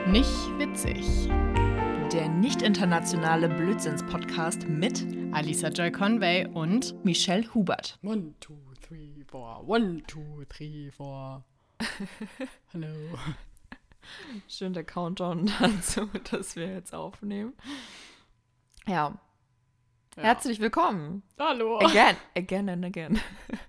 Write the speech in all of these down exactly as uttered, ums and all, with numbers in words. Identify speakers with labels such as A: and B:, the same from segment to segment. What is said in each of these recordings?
A: Nicht witzig.
B: Der nicht internationale Blödsinns-Podcast mit
A: Alisa Joy Conway und
B: Michelle Hubert.
A: One, two, three, four. One, two, three, four. Hallo.
B: Schön der Countdown dazu, dass wir jetzt aufnehmen. Ja. ja. Herzlich willkommen.
A: Hallo.
B: Again, again and again.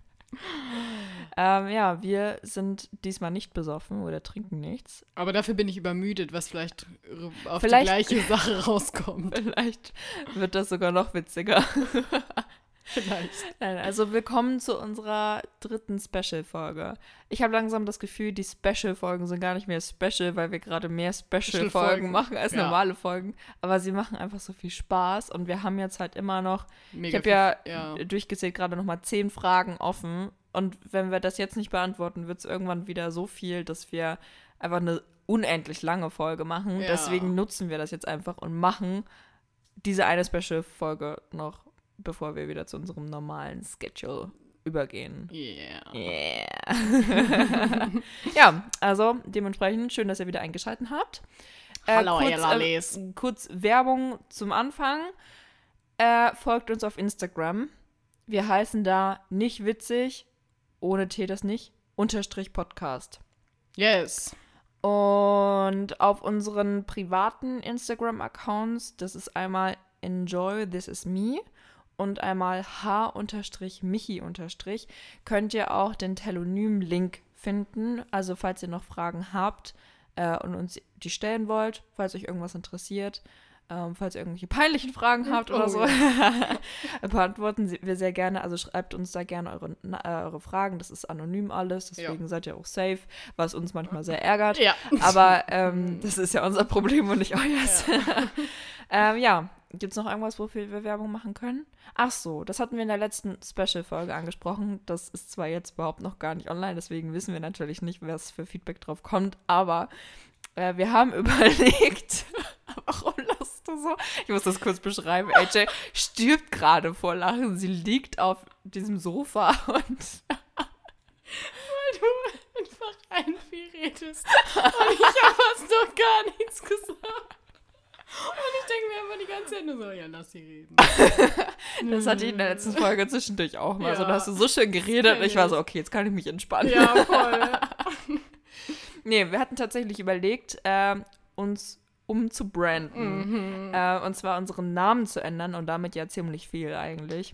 B: ähm, ja, wir sind diesmal nicht besoffen oder trinken nichts.
A: Aber dafür bin ich übermüdet, was vielleicht auf
B: vielleicht,
A: die gleiche Sache rauskommt.
B: Vielleicht wird das sogar noch witziger.
A: Vielleicht.
B: Nein, also willkommen zu unserer dritten Special-Folge. Ich habe langsam das Gefühl, die Special-Folgen sind gar nicht mehr Special, weil wir gerade mehr Special-Folgen machen als ja. normale Folgen. Aber sie machen einfach so viel Spaß und wir haben jetzt halt immer noch, Mega ich habe ja, ja durchgezählt, gerade nochmal zehn Fragen offen. Und wenn wir das jetzt nicht beantworten, wird es irgendwann wieder so viel, dass wir einfach eine unendlich lange Folge machen. Ja. Deswegen nutzen wir das jetzt einfach und machen diese eine Special-Folge noch, bevor wir wieder zu unserem normalen Schedule übergehen.
A: Yeah.
B: Yeah. Ja, also dementsprechend schön, dass ihr wieder eingeschaltet habt.
A: Äh, Hallo,
B: kurz,
A: ihr Lallis.
B: Äh, kurz Werbung zum Anfang. Äh, folgt uns auf Instagram. Wir heißen da nicht witzig, ohne T das nicht, unterstrich Podcast.
A: Yes.
B: Und auf unseren privaten Instagram-Accounts, das ist einmal Enjoy This Is Me und einmal h-michi- könnt ihr auch den Telonym-Link finden. Also falls ihr noch Fragen habt äh, und uns die stellen wollt, falls euch irgendwas interessiert, ähm, falls ihr irgendwelche peinlichen Fragen habt oh, oder so, ja. beantworten wir sehr gerne. Also schreibt uns da gerne eure, äh, eure Fragen. Das ist anonym alles, deswegen ja. seid ihr auch safe, was uns manchmal sehr ärgert.
A: Ja.
B: Aber ähm, das ist ja unser Problem und nicht euers. Ja. ähm, ja. Gibt es noch irgendwas, wofür wir Werbung machen können? Ach so, das hatten wir in der letzten Special-Folge angesprochen. Das ist zwar jetzt überhaupt noch gar nicht online, deswegen wissen wir natürlich nicht, was für Feedback drauf kommt, aber äh, wir haben überlegt, warum lachst du so? Ich muss das kurz beschreiben. A J stirbt gerade vor Lachen. Sie liegt auf diesem Sofa und
A: weil du einfach einredest und ich habe fast noch gar nichts gesagt. Und ich denke mir einfach die ganze Zeit nur so, ja, lass sie reden.
B: Das hatte ich in der letzten Folge zwischendurch auch mal. Ja. So, da hast du so schön geredet und ich war so, okay, jetzt kann ich mich entspannen.
A: Ja, voll.
B: Nee, wir hatten tatsächlich überlegt, äh, uns umzubranden. Mhm. Äh, und zwar unseren Namen zu ändern und damit ja ziemlich viel eigentlich.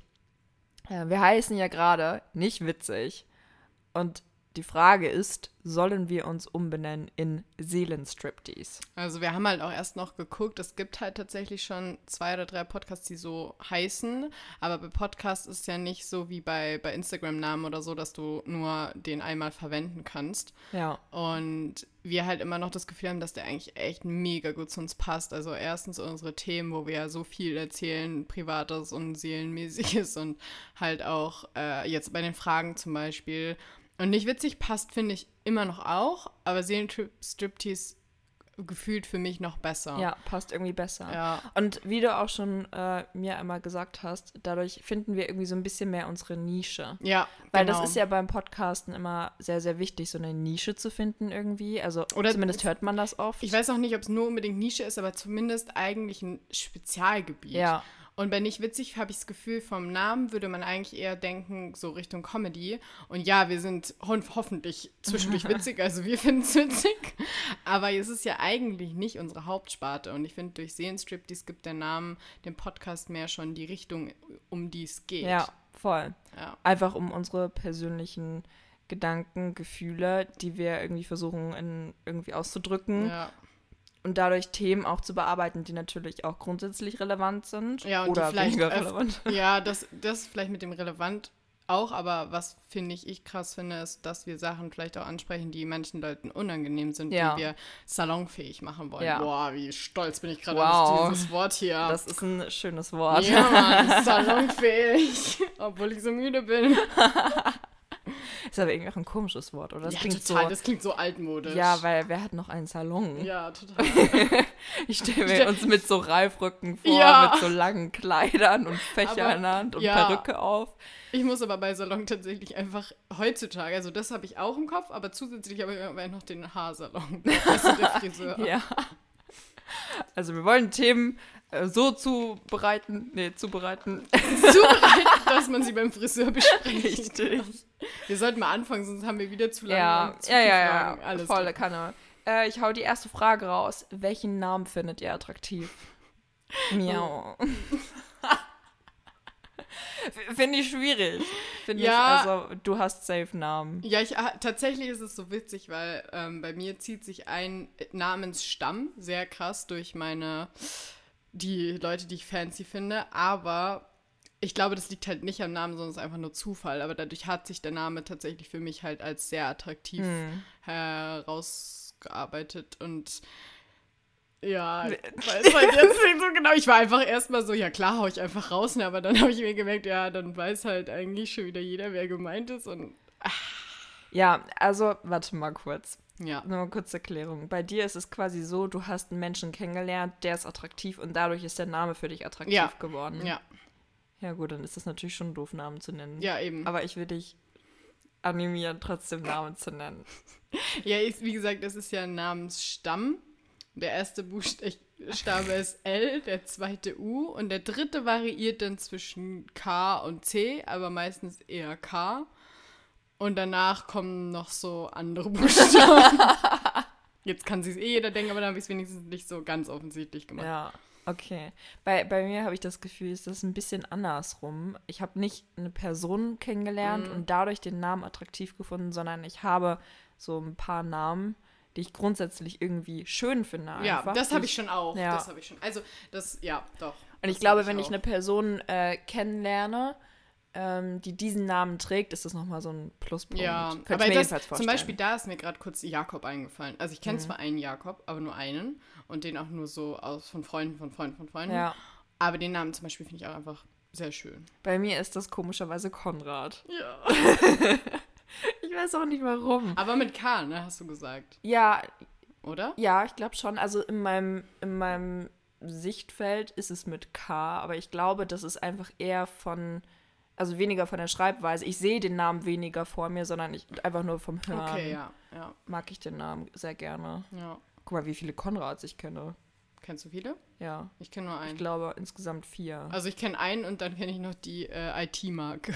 B: Äh, wir heißen ja gerade nicht witzig. Und die Frage ist, sollen wir uns umbenennen in Seelenstriptease?
A: Also wir haben halt auch erst noch geguckt, es gibt halt tatsächlich schon zwei oder drei Podcasts, die so heißen, aber bei Podcasts ist es ja nicht so wie bei, bei Instagram-Namen oder so, dass du nur den einmal verwenden kannst.
B: Ja.
A: Und wir halt immer noch das Gefühl haben, dass der eigentlich echt mega gut zu uns passt. Also erstens unsere Themen, wo wir ja so viel erzählen, Privates und Seelenmäßiges und halt auch äh, jetzt bei den Fragen zum Beispiel. Und nicht witzig passt, finde ich, immer noch auch, aber Seelenstriptease gefühlt für mich noch besser.
B: Ja, passt irgendwie besser.
A: Ja.
B: Und wie du auch schon äh, mir einmal gesagt hast, dadurch finden wir irgendwie so ein bisschen mehr unsere Nische.
A: Ja,
B: Weil
A: genau.
B: das ist ja beim Podcasten immer sehr, sehr wichtig, so eine Nische zu finden irgendwie. Also
A: Oder
B: zumindest hört man das oft.
A: Ich weiß auch nicht, ob es nur unbedingt Nische ist, aber zumindest eigentlich ein Spezialgebiet.
B: Ja.
A: Und bei Nicht witzig habe ich das Gefühl, vom Namen würde man eigentlich eher denken, so Richtung Comedy. Und ja, wir sind ho- hoffentlich zwischendurch witzig, also wir finden es witzig. Aber es ist ja eigentlich nicht unsere Hauptsparte. Und ich finde, durch Seelenstriptease gibt der Name dem Podcast mehr schon die Richtung, um die es geht.
B: Ja, voll.
A: Ja.
B: Einfach um unsere persönlichen Gedanken, Gefühle, die wir irgendwie versuchen in, irgendwie auszudrücken.
A: Ja.
B: Und dadurch Themen auch zu bearbeiten, die natürlich auch grundsätzlich relevant sind.
A: Ja, und
B: oder
A: die vielleicht
B: weniger
A: öf-
B: relevant.
A: Ja, das, das vielleicht mit dem relevant auch, aber was finde ich, ich krass finde, ist, dass wir Sachen vielleicht auch ansprechen, die manchen Leuten unangenehm sind,
B: ja.
A: die wir salonfähig machen wollen.
B: Ja.
A: Boah, wie stolz bin ich gerade
B: wow.
A: auf dieses Wort hier.
B: Das ist ein schönes Wort.
A: Ja, Mann, salonfähig, obwohl ich so müde bin.
B: Ist aber irgendwie auch ein komisches Wort, oder? Das
A: ja,
B: klingt
A: total,
B: so,
A: das klingt so altmodisch.
B: Ja, weil wer hat noch einen Salon?
A: Ja, total.
B: Ich stelle mir uns mit so Reifrücken vor,
A: ja.
B: mit so langen Kleidern und Fächer
A: aber,
B: in der Hand und
A: ja.
B: Perücke auf.
A: Ich muss aber bei Salon tatsächlich einfach heutzutage, also das habe ich auch im Kopf, aber zusätzlich habe ich aber noch den Haarsalon. Das ist der Friseur.
B: Ja. Also wir wollen Themen äh, so zubereiten, nee, zubereiten.
A: Zubereiten, dass man sie beim Friseur bespricht.
B: Richtig.
A: Wir sollten mal anfangen, sonst haben wir wieder zu lange.
B: Ja,
A: und zu
B: ja,
A: viel
B: ja,
A: Fragen.
B: ja.
A: Alles
B: Volle
A: drin.
B: Kanne. Äh, ich hau die erste Frage raus. Welchen Namen findet ihr attraktiv? Miau. Finde ich schwierig. Finde
A: Ja.
B: ich, also du hast safe Namen.
A: Ja, ich, ah, tatsächlich ist es so witzig, weil ähm, bei mir zieht sich ein Namensstamm sehr krass durch meine, die Leute, die ich fancy finde, aber ich glaube, das liegt halt nicht am Namen, sondern es ist einfach nur Zufall, aber dadurch hat sich der Name tatsächlich für mich halt als sehr attraktiv
B: Hm.
A: herausgearbeitet und ja, ich weiß halt jetzt nicht so genau. Ich war einfach erstmal so, ja klar, hau ich einfach raus, ne? Aber dann habe ich mir gemerkt, ja, dann weiß halt eigentlich schon wieder jeder, wer gemeint ist und
B: Ja, also warte mal kurz.
A: ja.
B: Nur eine kurze Erklärung. Bei dir ist es quasi so, du hast einen Menschen kennengelernt, der ist attraktiv und dadurch ist der Name für dich attraktiv
A: Ja.
B: geworden.
A: Ja,
B: Ja gut, dann ist das natürlich schon doof, Namen zu nennen.
A: ja, eben.
B: Aber ich will dich animieren, trotzdem Namen zu nennen.
A: Ja, ich, wie gesagt, das ist ja ein Namensstamm. Der erste Buchstabe ist L, der zweite U und der dritte variiert dann zwischen K und C, aber meistens eher K. Und danach kommen noch so andere Buchstaben. Jetzt kann sich eh jeder denken, aber dann habe ich es wenigstens nicht so ganz offensichtlich gemacht.
B: Ja, okay. Bei, bei mir habe ich das Gefühl, ist das ein bisschen andersrum. Ich habe nicht eine Person kennengelernt
A: Mhm.
B: und dadurch den Namen attraktiv gefunden, sondern ich habe so ein paar Namen, die ich grundsätzlich irgendwie schön finde.
A: Ja,
B: Einfach.
A: das habe
B: Die
A: ich schon auch.
B: Ja.
A: Das habe ich schon. Also, das, ja, doch.
B: Und ich
A: Das
B: glaube,
A: hab
B: wenn ich
A: auch.
B: eine Person äh, kennenlerne, ähm, die diesen Namen trägt, ist das nochmal so ein Pluspunkt.
A: Ja,
B: Könnte ich
A: aber
B: mir
A: das,
B: jedenfalls
A: zum
B: vorstellen.
A: Beispiel da ist mir gerade kurz Jakob eingefallen. Also ich kenne
B: Mhm.
A: zwar einen Jakob, aber nur einen und den auch nur so aus von Freunden, von Freunden, von Freunden.
B: Ja,
A: Aber den Namen zum Beispiel finde ich auch einfach sehr schön.
B: bei mir ist das komischerweise Konrad.
A: Ja.
B: Ich weiß auch nicht warum.
A: Aber mit K, ne, hast du gesagt,
B: Ja,
A: oder?
B: ja, ich glaube schon. Also in meinem, in meinem Sichtfeld ist es mit K, aber ich glaube, das ist einfach eher von, also weniger von der Schreibweise. Ich sehe den Namen weniger vor mir, sondern ich einfach nur vom Hören.
A: Okay, ja, ja,
B: Mag ich den Namen sehr gerne.
A: ja.
B: Guck mal, wie viele Konrads ich kenne.
A: Kennst du viele?
B: Ja,
A: Ich kenne nur
B: ich
A: einen.
B: glaube insgesamt vier.
A: Also ich kenne einen und dann kenne ich noch die äh, I T-Marke.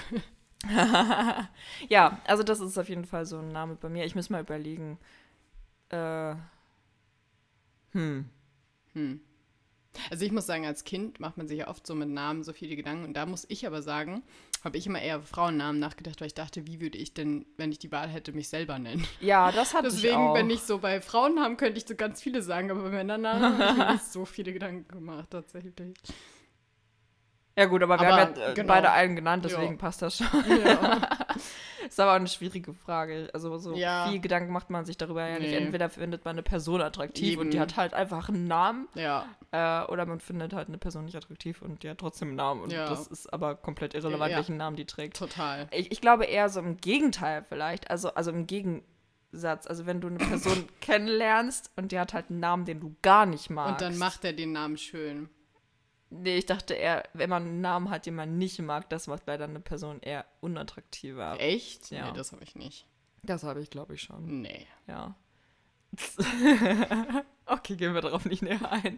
B: Ja, also das ist auf jeden Fall so ein Name bei mir. Ich muss mal überlegen. Äh, hm.
A: Hm. Also ich muss sagen, als Kind macht man sich ja oft so mit Namen so viele Gedanken. Und da muss ich aber sagen, habe ich immer eher über Frauennamen nachgedacht, weil ich dachte, wie würde ich denn, wenn ich die Wahl hätte, mich selber nennen?
B: Ja, das hatte ich
A: Deswegen,
B: auch.
A: wenn ich so bei Frauennamen könnte ich so ganz viele sagen, aber bei Männernamen habe ich mir nicht so viele Gedanken gemacht, tatsächlich.
B: Ja gut, aber wir
A: Aber,
B: haben ja äh,
A: genau.
B: beide einen genannt, deswegen
A: Ja.
B: passt das schon.
A: Ja.
B: Ist aber auch eine schwierige Frage. Also so
A: Ja.
B: viel Gedanken macht man sich darüber ja nicht.
A: Nee.
B: Entweder findet man eine Person attraktiv
A: Eben.
B: und die hat halt einfach einen Namen,
A: Ja,
B: äh, oder man findet halt eine Person nicht attraktiv und die hat trotzdem einen Namen. Und
A: Ja.
B: das ist aber komplett irrelevant,
A: Ja.
B: welchen Namen die trägt.
A: total.
B: Ich, ich glaube eher so im Gegenteil vielleicht. Also, also im Gegensatz. Also wenn du eine Person kennenlernst und die hat halt einen Namen, den du gar nicht magst.
A: Und dann macht er den Namen schön.
B: Nee, ich dachte eher, wenn man einen Namen hat, den man nicht mag, das macht leider eine Person eher unattraktiver.
A: Echt?
B: Ja.
A: Nee, das habe ich nicht.
B: Das habe ich, glaube ich, schon.
A: Nee.
B: Ja. Okay, gehen wir darauf nicht näher ein.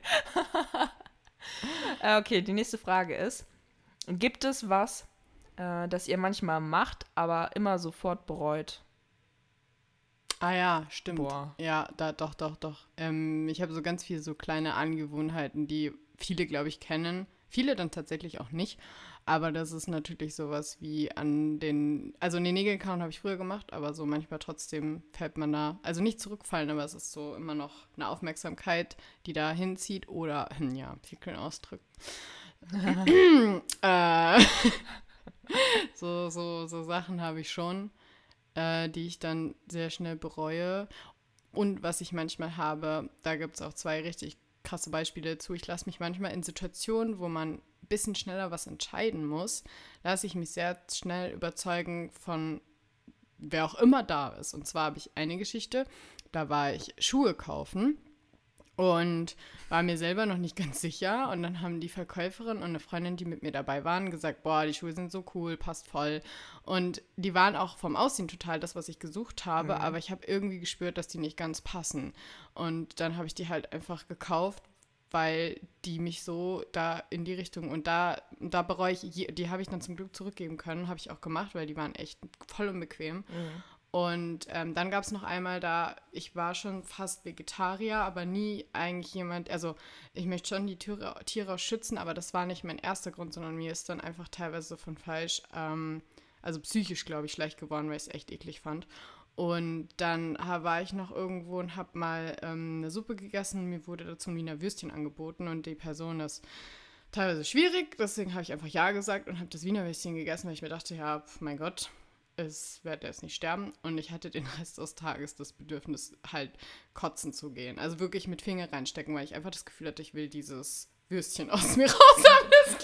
B: Äh, okay, die nächste Frage ist, gibt es was, äh, das ihr manchmal macht, aber immer sofort bereut?
A: Ah ja, stimmt.
B: Boah.
A: Ja, da, doch, doch, doch. Ähm, ich habe so ganz viele so kleine Angewohnheiten, die viele, glaube ich, kennen. Viele dann tatsächlich auch nicht. Aber das ist natürlich sowas wie an den, also an den Nägeln kauen habe ich früher gemacht, aber so manchmal trotzdem fällt man da, also nicht zurückfallen, aber es ist so immer noch eine Aufmerksamkeit, die da hinzieht oder, ja, viel können ausdrücken. äh, so, so, so Sachen habe ich schon, äh, die ich dann sehr schnell bereue. Und was ich manchmal habe, da gibt es auch zwei richtig krasse Beispiele dazu. Ich lasse mich manchmal in Situationen, wo man ein bisschen schneller was entscheiden muss, lasse ich mich sehr schnell überzeugen von wer auch immer da ist. Und zwar habe ich eine Geschichte, da war ich Schuhe kaufen und war mir selber noch nicht ganz sicher. Und dann haben die Verkäuferin und eine Freundin, die mit mir dabei waren, gesagt, boah, die Schuhe sind so cool, passt voll. Und die waren auch vom Aussehen total das, was ich gesucht habe, mhm. aber ich habe irgendwie gespürt, dass die nicht ganz passen. Und dann habe ich die halt einfach gekauft, weil die mich so da in die Richtung, und da, da bereue ich, die habe ich dann zum Glück zurückgeben können, habe ich auch gemacht, weil die waren echt voll unbequem. Mhm. Und ähm, dann gab es noch einmal da, ich war schon fast Vegetarier, aber nie eigentlich jemand, also ich möchte schon die Tiere, Tiere schützen, aber das war nicht mein erster Grund, sondern mir ist dann einfach teilweise von falsch, ähm, also psychisch, glaube ich, schlecht geworden, weil ich es echt eklig fand. Und dann war ich noch irgendwo und habe mal ähm, eine Suppe gegessen. Mir wurde dazu ein Wiener Würstchen angeboten und die Person ist teilweise schwierig. Deswegen habe ich einfach Ja gesagt und habe das Wiener Würstchen gegessen, weil ich mir dachte, ja, mein Gott, es wird jetzt nicht sterben. Und ich hatte den Rest des Tages das Bedürfnis, halt kotzen zu gehen. Also wirklich mit Finger reinstecken, weil ich einfach das Gefühl hatte, ich will dieses Würstchen aus mir raus haben. Das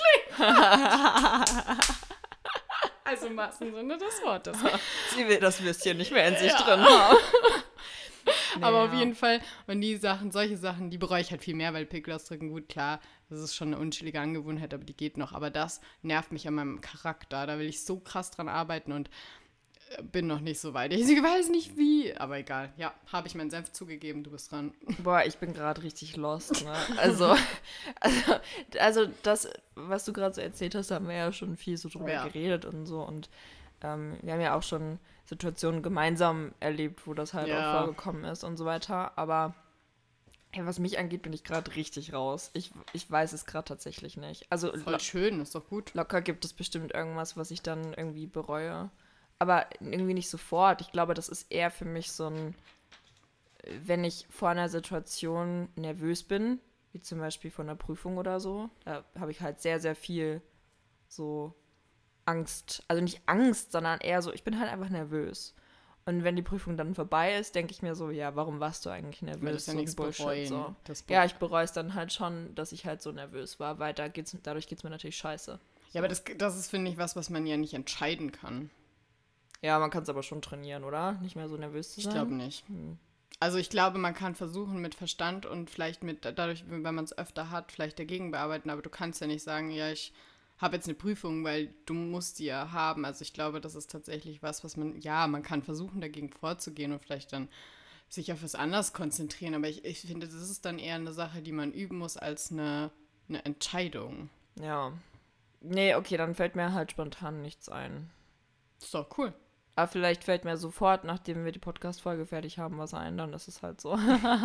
A: klingt also im wahrsten Sinne des Wortes.
B: Sie will das Würstchen nicht mehr in sich ja. drin haben.
A: Nee, aber auf jeden Fall, und die Sachen, solche Sachen, die bereue ich halt viel mehr, weil Pickel ausdrücken, gut, klar, das ist schon eine unschuldige Angewohnheit, aber die geht noch. Aber das nervt mich an meinem Charakter. Da will ich so krass dran arbeiten und bin noch nicht so weit. Ich weiß nicht wie, aber egal. Ja, habe ich meinen Senf zugegeben, du bist dran.
B: Boah, ich bin gerade richtig lost, ne? Also, also, also das, was du gerade so erzählt hast, da haben wir ja schon viel so drüber ja. geredet und so. Und ähm, wir haben ja auch schon Situationen gemeinsam erlebt, wo das halt ja. auch vorgekommen ist und so weiter. Aber ja, was mich angeht, bin ich gerade richtig raus. Ich, ich weiß es gerade tatsächlich nicht. Also,
A: voll lo- schön, ist doch gut.
B: Locker gibt es bestimmt irgendwas, was ich dann irgendwie bereue. Aber irgendwie nicht sofort. Ich glaube, das ist eher für mich so ein, wenn ich vor einer Situation nervös bin, wie zum Beispiel vor einer Prüfung oder so, da habe ich halt sehr, sehr viel so Angst. Also nicht Angst, sondern eher so, ich bin halt einfach nervös. Und wenn die Prüfung dann vorbei ist, denke ich mir so, ja, warum warst du eigentlich nervös?
A: Weil das ja so nichts bereuen.
B: So. Ja, ich bereue es dann halt schon, dass ich halt so nervös war, weil da geht's, dadurch geht es mir natürlich scheiße. So.
A: Ja, aber das, das ist, finde ich, was, was man ja nicht entscheiden kann.
B: Ja, man kann es aber schon trainieren, oder? Nicht mehr so nervös zu sein?
A: Ich glaube nicht. Hm. Also ich glaube, man kann versuchen mit Verstand und vielleicht mit, dadurch, wenn man es öfter hat, vielleicht dagegen bearbeiten, aber du kannst ja nicht sagen, ja, ich habe jetzt eine Prüfung, weil du musst die ja haben. Also ich glaube, das ist tatsächlich was, was man, ja, man kann versuchen, dagegen vorzugehen und vielleicht dann sich auf was anderes konzentrieren, aber ich, ich finde, das ist dann eher eine Sache, die man üben muss, als eine, eine Entscheidung.
B: Ja. Nee, okay, dann fällt mir halt spontan nichts ein.
A: Ist doch cool.
B: Aber vielleicht fällt mir sofort, nachdem wir die Podcast-Folge fertig haben, was ein, dann ist es halt so.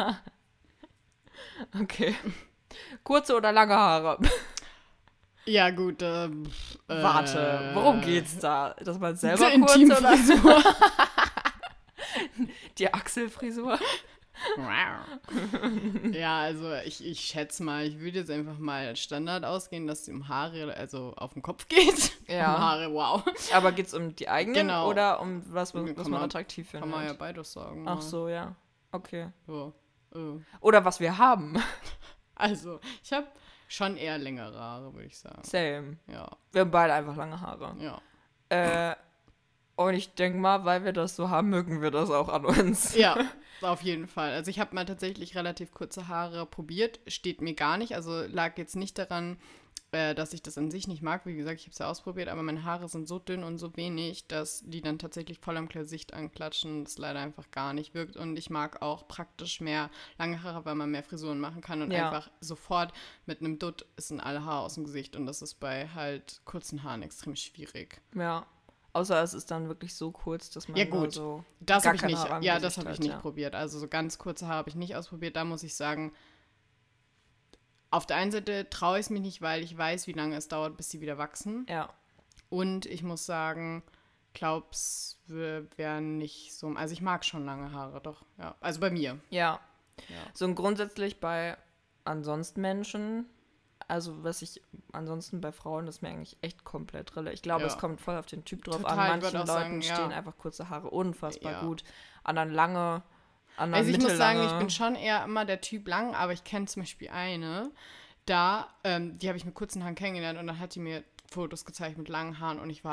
B: Okay. Kurze oder lange Haare?
A: Ja, gut. Äh,
B: Warte, worum geht's da? Dass man selber
A: die
B: kurz oder
A: Frisur.
B: Die Achselfrisur?
A: Ja, also ich, ich schätze mal, ich würde jetzt einfach mal als Standard ausgehen, dass es um Haare, also auf den Kopf geht.
B: Ja.
A: Um Haare, wow.
B: Aber geht es um die eigenen
A: genau.
B: oder um was, was man,
A: man
B: attraktiv findet?
A: Kann man ja beides sagen.
B: Ach so, ja. Okay.
A: Ja. Ja.
B: Oder was wir haben.
A: Also, ich habe schon eher längere Haare, würde ich sagen.
B: Same.
A: Ja.
B: Wir haben beide einfach lange Haare.
A: Ja.
B: Äh, und ich denke mal, weil wir das so haben, mögen wir das auch an uns.
A: Ja, auf jeden Fall. Also ich habe mal tatsächlich relativ kurze Haare probiert. Steht mir gar nicht. Also lag jetzt nicht daran, äh, dass ich das an sich nicht mag. Wie gesagt, ich habe es ja ausprobiert, aber meine Haare sind so dünn und so wenig, dass die dann tatsächlich voll am Gesicht anklatschen. Das leider einfach gar nicht wirkt. Und ich mag auch praktisch mehr lange Haare, weil man mehr Frisuren machen kann. Und
B: ja.
A: einfach sofort mit einem Dutt ist ein alle Haar aus dem Gesicht. Und das ist bei halt kurzen Haaren extrem schwierig.
B: Ja. Außer es ist dann wirklich so kurz, dass man
A: ja, gut.
B: Da so
A: das
B: gar
A: ich
B: keine
A: nicht.
B: Haare am
A: Ja,
B: Gesicht
A: das habe ich
B: hat,
A: nicht
B: ja.
A: probiert. Also so ganz kurze Haare habe ich nicht ausprobiert. Da muss ich sagen, auf der einen Seite traue ich es mich nicht, weil ich weiß, wie lange es dauert, bis sie wieder wachsen.
B: Ja.
A: Und ich muss sagen, glaub's, wir wären nicht so. Also ich mag schon lange Haare, doch. Ja. Also bei mir.
B: Ja.
A: Ja.
B: So und grundsätzlich bei ansonsten Menschen, also was ich ansonsten bei Frauen, das ist mir eigentlich echt komplett Rille. Ich glaube,
A: Ja.
B: es kommt voll auf den Typ drauf
A: Total,
B: an.
A: ich
B: Manchen
A: würd
B: Leuten
A: auch sagen, ja.
B: stehen einfach kurze Haare unfassbar
A: Ja.
B: gut. Anderen lange, anderen
A: Also ich muss
B: mittellange.
A: sagen, ich bin schon eher immer der Typ lang, aber ich kenne zum Beispiel eine, da, ähm, die habe ich mit kurzen Haaren kennengelernt und dann hat die mir Fotos gezeigt mit langen Haaren und ich war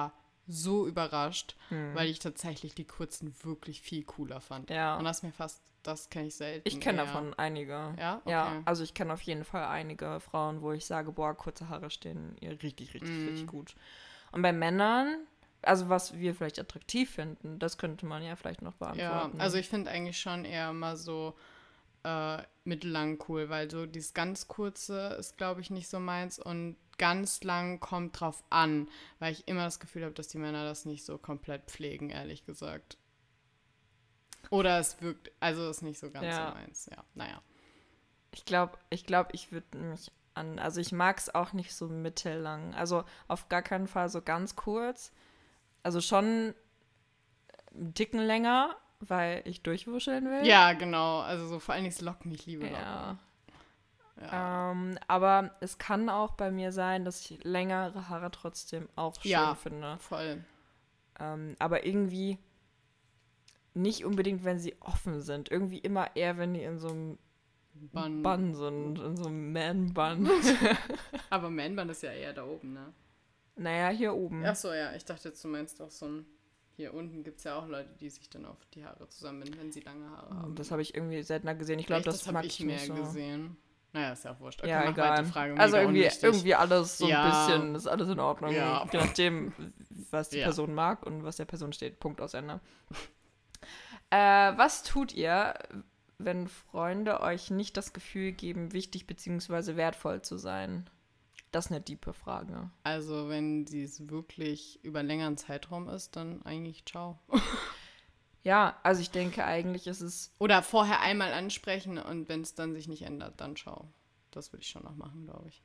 A: so überrascht,
B: hm.
A: weil ich tatsächlich die kurzen wirklich viel cooler fand.
B: Ja.
A: Und das ist mir fast, das kenne ich selten.
B: Ich kenne davon einige.
A: Ja? Okay.
B: Ja, also ich kenne auf jeden Fall einige Frauen, wo ich sage, boah, kurze Haare stehen ihr richtig, richtig, mm. richtig gut. Und bei Männern, also was wir vielleicht attraktiv finden, das könnte man ja vielleicht noch beantworten.
A: Ja, also ich finde eigentlich schon eher mal so äh, mittellang cool, weil so dieses ganz kurze ist, glaube ich, nicht so meins und ganz lang kommt drauf an, weil ich immer das Gefühl habe, dass die Männer das nicht so komplett pflegen, ehrlich gesagt. Oder es wirkt, also ist nicht so ganz
B: ja.
A: so meins, ja, naja.
B: Ich glaube, ich glaube, ich würde mich an, also ich mag es auch nicht so mittellang, also auf gar keinen Fall so ganz kurz, also schon einen Ticken länger, weil ich durchwuscheln will.
A: Ja, genau, also so vor allen Dingen das Locken, ich liebe Locken.
B: Ja. Ja. Ähm, aber es kann auch bei mir sein, dass ich längere Haare trotzdem auch schön
A: ja,
B: finde.
A: Ja, voll.
B: Ähm, aber irgendwie nicht unbedingt, wenn sie offen sind. Irgendwie immer eher, wenn die in so einem Bun, Bun sind, in so einem Man-Bun.
A: Aber Man-Bun ist ja eher da oben, ne?
B: Naja, hier oben.
A: Ach so, ja. Ich dachte jetzt, du meinst doch so ein... Hier unten gibt es ja auch Leute, die sich dann auf die Haare zusammenbinden, wenn sie lange Haare haben.
B: Das habe ich irgendwie seltener gesehen. Ich glaube, das,
A: das habe ich mehr so. gesehen. Naja, ist ja auch wurscht. Okay,
B: ja,
A: mach
B: egal.
A: weiter, Frage.
B: Also irgendwie, irgendwie alles so
A: ja.
B: ein bisschen, ist alles in Ordnung.
A: Ja.
B: Je nachdem, was die
A: ja.
B: Person mag und was der Person steht. Punkt aus Ende. äh, was tut ihr, wenn Freunde euch nicht das Gefühl geben, wichtig bzw. wertvoll zu sein? Das ist eine diepe Frage.
A: Also wenn sie es wirklich über längeren Zeitraum ist, dann eigentlich ciao.
B: Ja, also ich denke eigentlich ist es...
A: Oder vorher einmal ansprechen und wenn es dann sich nicht ändert, dann ciao. Das würde ich schon noch machen, glaube ich.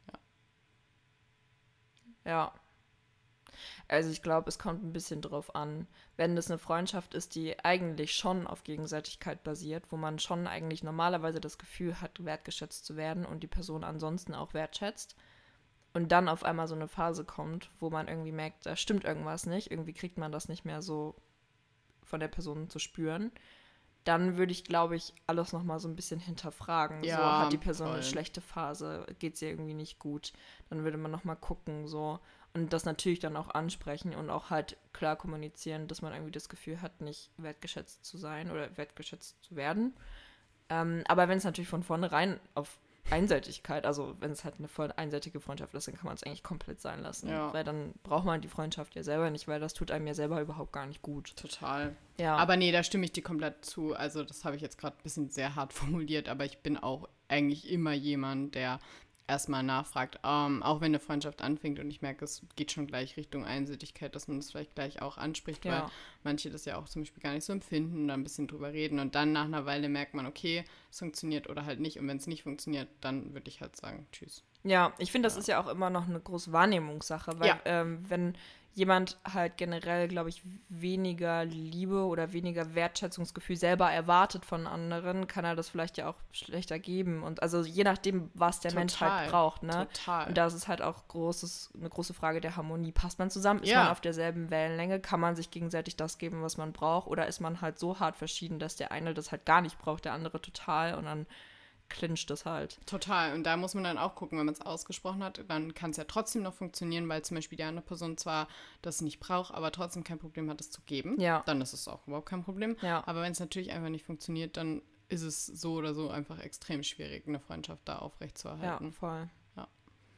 A: Ja.
B: Ja. Also ich glaube, es kommt ein bisschen drauf an. Wenn das eine Freundschaft ist, die eigentlich schon auf Gegenseitigkeit basiert, wo man schon eigentlich normalerweise das Gefühl hat, wertgeschätzt zu werden und die Person ansonsten auch wertschätzt und dann auf einmal so eine Phase kommt, wo man irgendwie merkt, da stimmt irgendwas nicht, irgendwie kriegt man das nicht mehr so von der Person zu spüren, dann würde ich, glaube ich, alles nochmal so ein bisschen hinterfragen.
A: Ja,
B: so, hat die Person
A: voll.
B: eine schlechte Phase, geht es ihr irgendwie nicht gut, dann würde man nochmal gucken, so, und das natürlich dann auch ansprechen und auch halt klar kommunizieren, dass man irgendwie das Gefühl hat, nicht wertgeschätzt zu sein oder wertgeschätzt zu werden. Ähm, aber wenn es natürlich von vornherein auf Einseitigkeit, also wenn es halt eine voll einseitige Freundschaft ist, dann kann man es eigentlich komplett sein lassen.
A: Ja.
B: Weil dann braucht man die Freundschaft ja selber nicht, weil das tut einem ja selber überhaupt gar nicht gut.
A: Total.
B: Ja.
A: Aber nee, da stimme ich dir komplett zu. Also das habe ich jetzt gerade ein bisschen sehr hart formuliert, aber ich bin auch eigentlich immer jemand, der erstmal nachfragt, ähm, auch wenn eine Freundschaft anfängt und ich merke, es geht schon gleich Richtung Einseitigkeit, dass man das vielleicht gleich auch anspricht,
B: Ja.
A: weil manche das ja auch zum Beispiel gar nicht so empfinden und da ein bisschen drüber reden und dann nach einer Weile merkt man, okay, es funktioniert oder halt nicht und wenn es nicht funktioniert, dann würde ich halt sagen, tschüss.
B: Ja, ich finde, das
A: Ja.
B: ist ja auch immer noch eine große Wahrnehmungssache, weil
A: Ja.
B: ähm, wenn jemand halt generell, glaube ich, weniger Liebe oder weniger Wertschätzungsgefühl selber erwartet von anderen, kann er das vielleicht ja auch schlechter geben. Und also je nachdem, was der
A: Total.
B: Mensch halt braucht, ne?
A: Total.
B: Und da ist es halt auch großes, eine große Frage der Harmonie. Passt man zusammen? Ist
A: Ja.
B: man auf derselben Wellenlänge? Kann man sich gegenseitig das geben, was man braucht? Oder ist man halt so hart verschieden, dass der eine das halt gar nicht braucht, der andere total und dann clincht das halt.
A: Total. Und da muss man dann auch gucken, wenn man es ausgesprochen hat, dann kann es ja trotzdem noch funktionieren, weil zum Beispiel die andere Person zwar das nicht braucht, aber trotzdem kein Problem hat, es zu geben.
B: Ja.
A: Dann ist es auch überhaupt kein Problem.
B: Ja.
A: Aber wenn es natürlich einfach nicht funktioniert, dann ist es so oder so einfach extrem schwierig, eine Freundschaft da
B: Ja,
A: aufrechtzuerhalten.
B: voll.
A: Ja.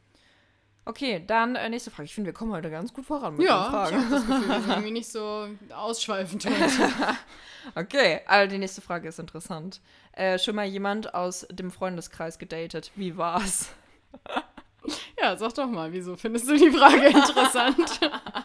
B: Okay, dann äh, nächste Frage. Ich finde, wir kommen heute ganz gut voran mit den
A: Ja, ich
B: Fragen.
A: habe das Gefühl, wir sind irgendwie nicht so ausschweifend heute.
B: Okay, also die nächste Frage ist interessant. Äh, schon mal jemand aus dem Freundeskreis gedatet? Wie war's?
A: Ja, sag doch mal, wieso findest du die Frage interessant?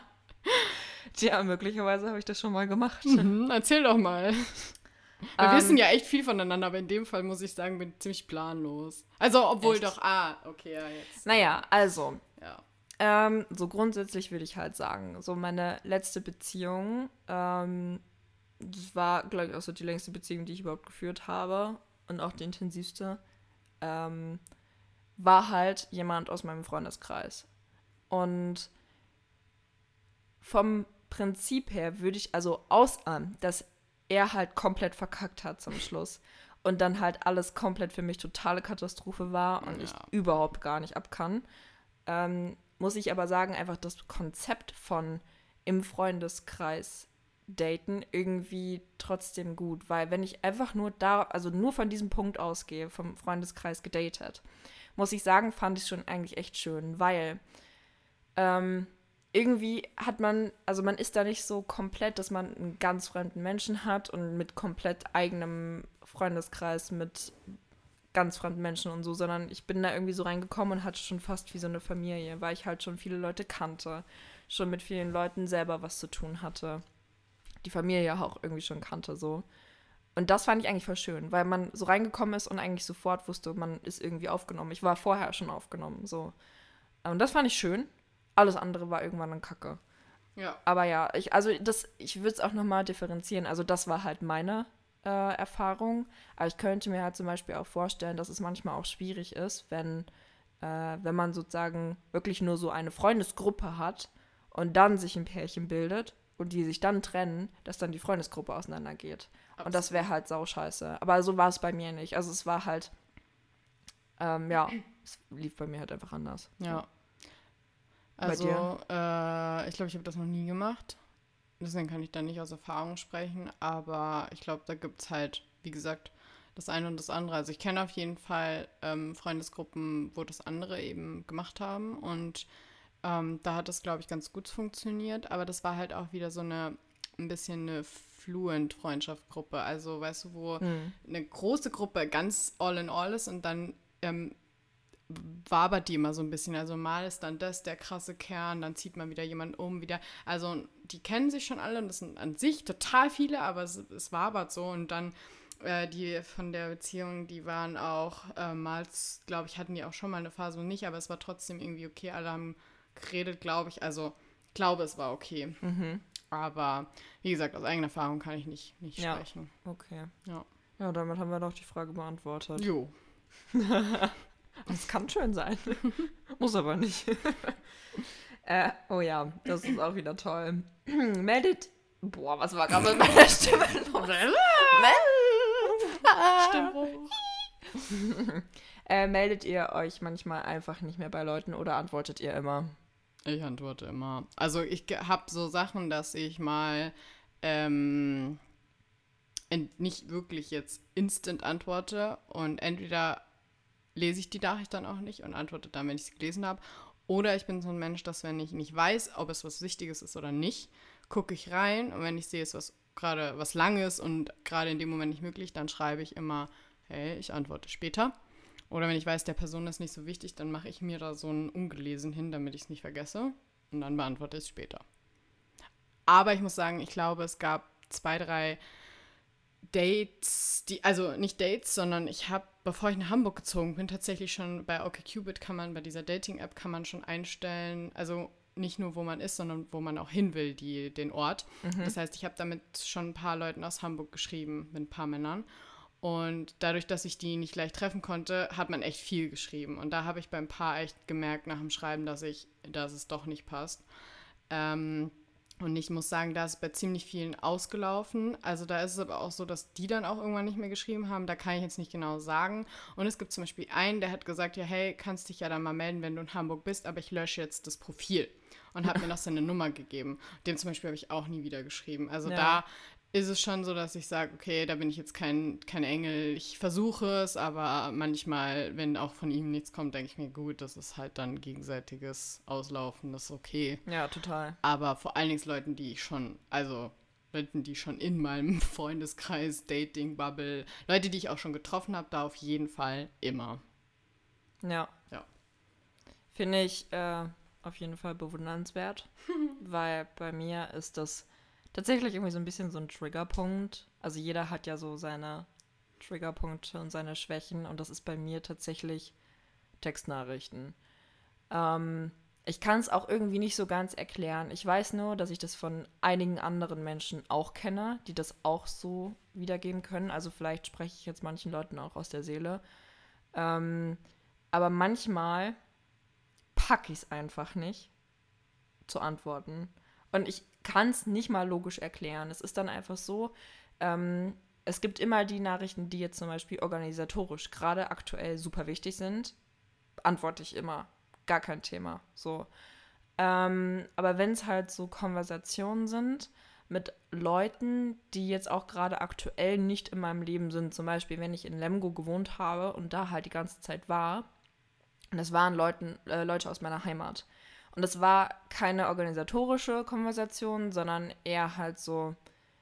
B: Tja, möglicherweise habe ich das schon mal gemacht.
A: Mhm, erzähl doch mal. Wir
B: Ähm,
A: wissen ja echt viel voneinander, aber in dem Fall muss ich sagen, bin ich ziemlich planlos. Also, obwohl
B: Echt?
A: doch, ah, okay, ja, jetzt.
B: Naja, also,
A: Ja.
B: ähm, so grundsätzlich würde ich halt sagen, so meine letzte Beziehung, ähm, das war, glaube ich, auch so die längste Beziehung, die ich überhaupt geführt habe und auch die intensivste, ähm, war halt jemand aus meinem Freundeskreis. Und vom Prinzip her würde ich also aus an, dass er halt komplett verkackt hat zum Schluss und dann halt alles komplett für mich totale Katastrophe war und
A: Ja.
B: ich überhaupt gar nicht ab kann, ähm, muss ich aber sagen, einfach das Konzept von im Freundeskreis daten irgendwie trotzdem gut, weil wenn ich einfach nur da, also nur von diesem Punkt ausgehe, vom Freundeskreis gedatet, muss ich sagen, fand ich es schon eigentlich echt schön, weil ähm, irgendwie hat man, also man ist da nicht so komplett, dass man einen ganz fremden Menschen hat und mit komplett eigenem Freundeskreis mit ganz fremden Menschen und so, sondern ich bin da irgendwie so reingekommen und hatte schon fast wie so eine Familie, weil ich halt schon viele Leute kannte, schon mit vielen Leuten selber was zu tun hatte, die Familie auch irgendwie schon kannte, so. Und das fand ich eigentlich voll schön, weil man so reingekommen ist und eigentlich sofort wusste, man ist irgendwie aufgenommen. Ich war vorher schon aufgenommen, so. Und das fand ich schön. Alles andere war irgendwann dann Kacke.
A: Ja.
B: Aber ja, ich, also das, ich würde es auch nochmal differenzieren. Also das war halt meine äh, Erfahrung. Aber ich könnte mir halt zum Beispiel auch vorstellen, dass es manchmal auch schwierig ist, wenn, äh, wenn man sozusagen wirklich nur so eine Freundesgruppe hat und dann sich ein Pärchen bildet und die sich dann trennen, dass dann die Freundesgruppe auseinandergeht. Absolut. Und das wäre halt sauscheiße. Aber so war es bei mir nicht. Also es war halt, ähm, ja, es lief bei mir halt einfach anders.
A: Ja. Also, äh, ich glaube, ich habe das noch nie gemacht. Deswegen kann ich da nicht aus Erfahrung sprechen. Aber ich glaube, da gibt es halt, wie gesagt, das eine und das andere. Also ich kenne auf jeden Fall ähm, Freundesgruppen, wo das andere eben gemacht haben. Und ähm, da hat das, glaube ich, ganz gut funktioniert. Aber das war halt auch wieder so eine, ein bisschen eine Fluent-Freundschaftsgruppe. Also, weißt du, wo hm. eine große Gruppe ganz all in all ist und dann ähm, wabert die immer so ein bisschen. Also mal ist dann das der krasse Kern, dann zieht man wieder jemanden um, wieder. Also die kennen sich schon alle und das sind an sich total viele, aber es, es wabert so. Und dann äh, die von der Beziehung, die waren auch äh, mal, glaube ich, hatten die auch schon mal eine Phase und nicht, aber es war trotzdem irgendwie okay. Alle haben geredet, glaube ich. Also ich glaube, es war okay.
B: Mhm.
A: Aber wie gesagt, aus eigener Erfahrung kann ich nicht, nicht
B: ja.
A: sprechen.
B: Okay.
A: Ja.
B: Ja, damit haben wir doch die Frage beantwortet.
A: Jo.
B: Das kann schön sein. Muss aber nicht. äh, oh ja, das ist auch wieder toll. Meldet. Boah, was war gerade mit meiner Stimme los? Stimme. äh, meldet ihr euch manchmal einfach nicht mehr bei Leuten oder antwortet ihr immer?
A: Ich antworte immer. Also ich habe so Sachen, dass ich mal ähm, nicht wirklich jetzt instant antworte und entweder lese ich die Nachricht dann auch nicht und antworte dann, wenn ich sie gelesen habe. Oder ich bin so ein Mensch, dass wenn ich nicht weiß, ob es was Wichtiges ist oder nicht, gucke ich rein und wenn ich sehe, es ist gerade was Langes und gerade in dem Moment nicht möglich, dann schreibe ich immer, hey, ich antworte später. Oder wenn ich weiß, der Person ist nicht so wichtig, dann mache ich mir da so ein Ungelesen hin, damit ich es nicht vergesse und dann beantworte ich es später. Aber ich muss sagen, ich glaube, es gab zwei, drei Dates, die, also nicht Dates, sondern ich habe, bevor ich nach Hamburg gezogen bin, tatsächlich schon bei OkCupid kann man, bei dieser Dating-App kann man schon einstellen, also nicht nur, wo man ist, sondern wo man auch hin will, die, den Ort. Mhm. Das heißt, ich habe damit schon ein paar Leuten aus Hamburg geschrieben, mit ein paar Männern. Und dadurch, dass ich die nicht gleich treffen konnte, hat man echt viel geschrieben. Und da habe ich beim Paar echt gemerkt nach dem Schreiben, dass ich, dass es doch nicht passt. Ähm, Und ich muss sagen, da ist bei ziemlich vielen ausgelaufen. Also da ist es aber auch so, dass die dann auch irgendwann nicht mehr geschrieben haben. Da kann ich jetzt nicht genau sagen. Und es gibt zum Beispiel einen, der hat gesagt, ja, hey, kannst dich ja dann mal melden, wenn du in Hamburg bist, aber ich lösche jetzt das Profil. Und hat mir noch seine Nummer gegeben. Dem zum Beispiel habe ich auch nie wieder geschrieben. Also ja. Da ist es schon so, dass ich sage, okay, da bin ich jetzt kein, kein Engel. Ich versuche es, aber manchmal, wenn auch von ihm nichts kommt, denke ich mir, gut, das ist halt dann gegenseitiges Auslaufen, das ist okay.
B: Ja, total.
A: Aber vor allen Dingen Leuten, die ich schon, also Leuten, die schon in meinem Freundeskreis, Dating-Bubble, Leute, die ich auch schon getroffen habe, da auf jeden Fall immer.
B: Ja.
A: Ja.
B: Finde ich äh, auf jeden Fall bewundernswert, weil bei mir ist das tatsächlich irgendwie so ein bisschen so ein Triggerpunkt. Also jeder hat ja so seine Triggerpunkte und seine Schwächen und das ist bei mir tatsächlich Textnachrichten. Ähm, ich kann es auch irgendwie nicht so ganz erklären. Ich weiß nur, dass ich das von einigen anderen Menschen auch kenne, die das auch so wiedergeben können. Also vielleicht spreche ich jetzt manchen Leuten auch aus der Seele. Ähm, aber manchmal packe ich es einfach nicht zu antworten. Und ich kann es nicht mal logisch erklären. Es ist dann einfach so, ähm, es gibt immer die Nachrichten, die jetzt zum Beispiel organisatorisch gerade aktuell super wichtig sind, antworte ich immer. Gar kein Thema. So. Ähm, aber wenn es halt so Konversationen sind mit Leuten, die jetzt auch gerade aktuell nicht in meinem Leben sind, zum Beispiel, wenn ich in Lemgo gewohnt habe und da halt die ganze Zeit war, und das waren Leuten, äh, Leute aus meiner Heimat. Und das war keine organisatorische Konversation, sondern eher halt so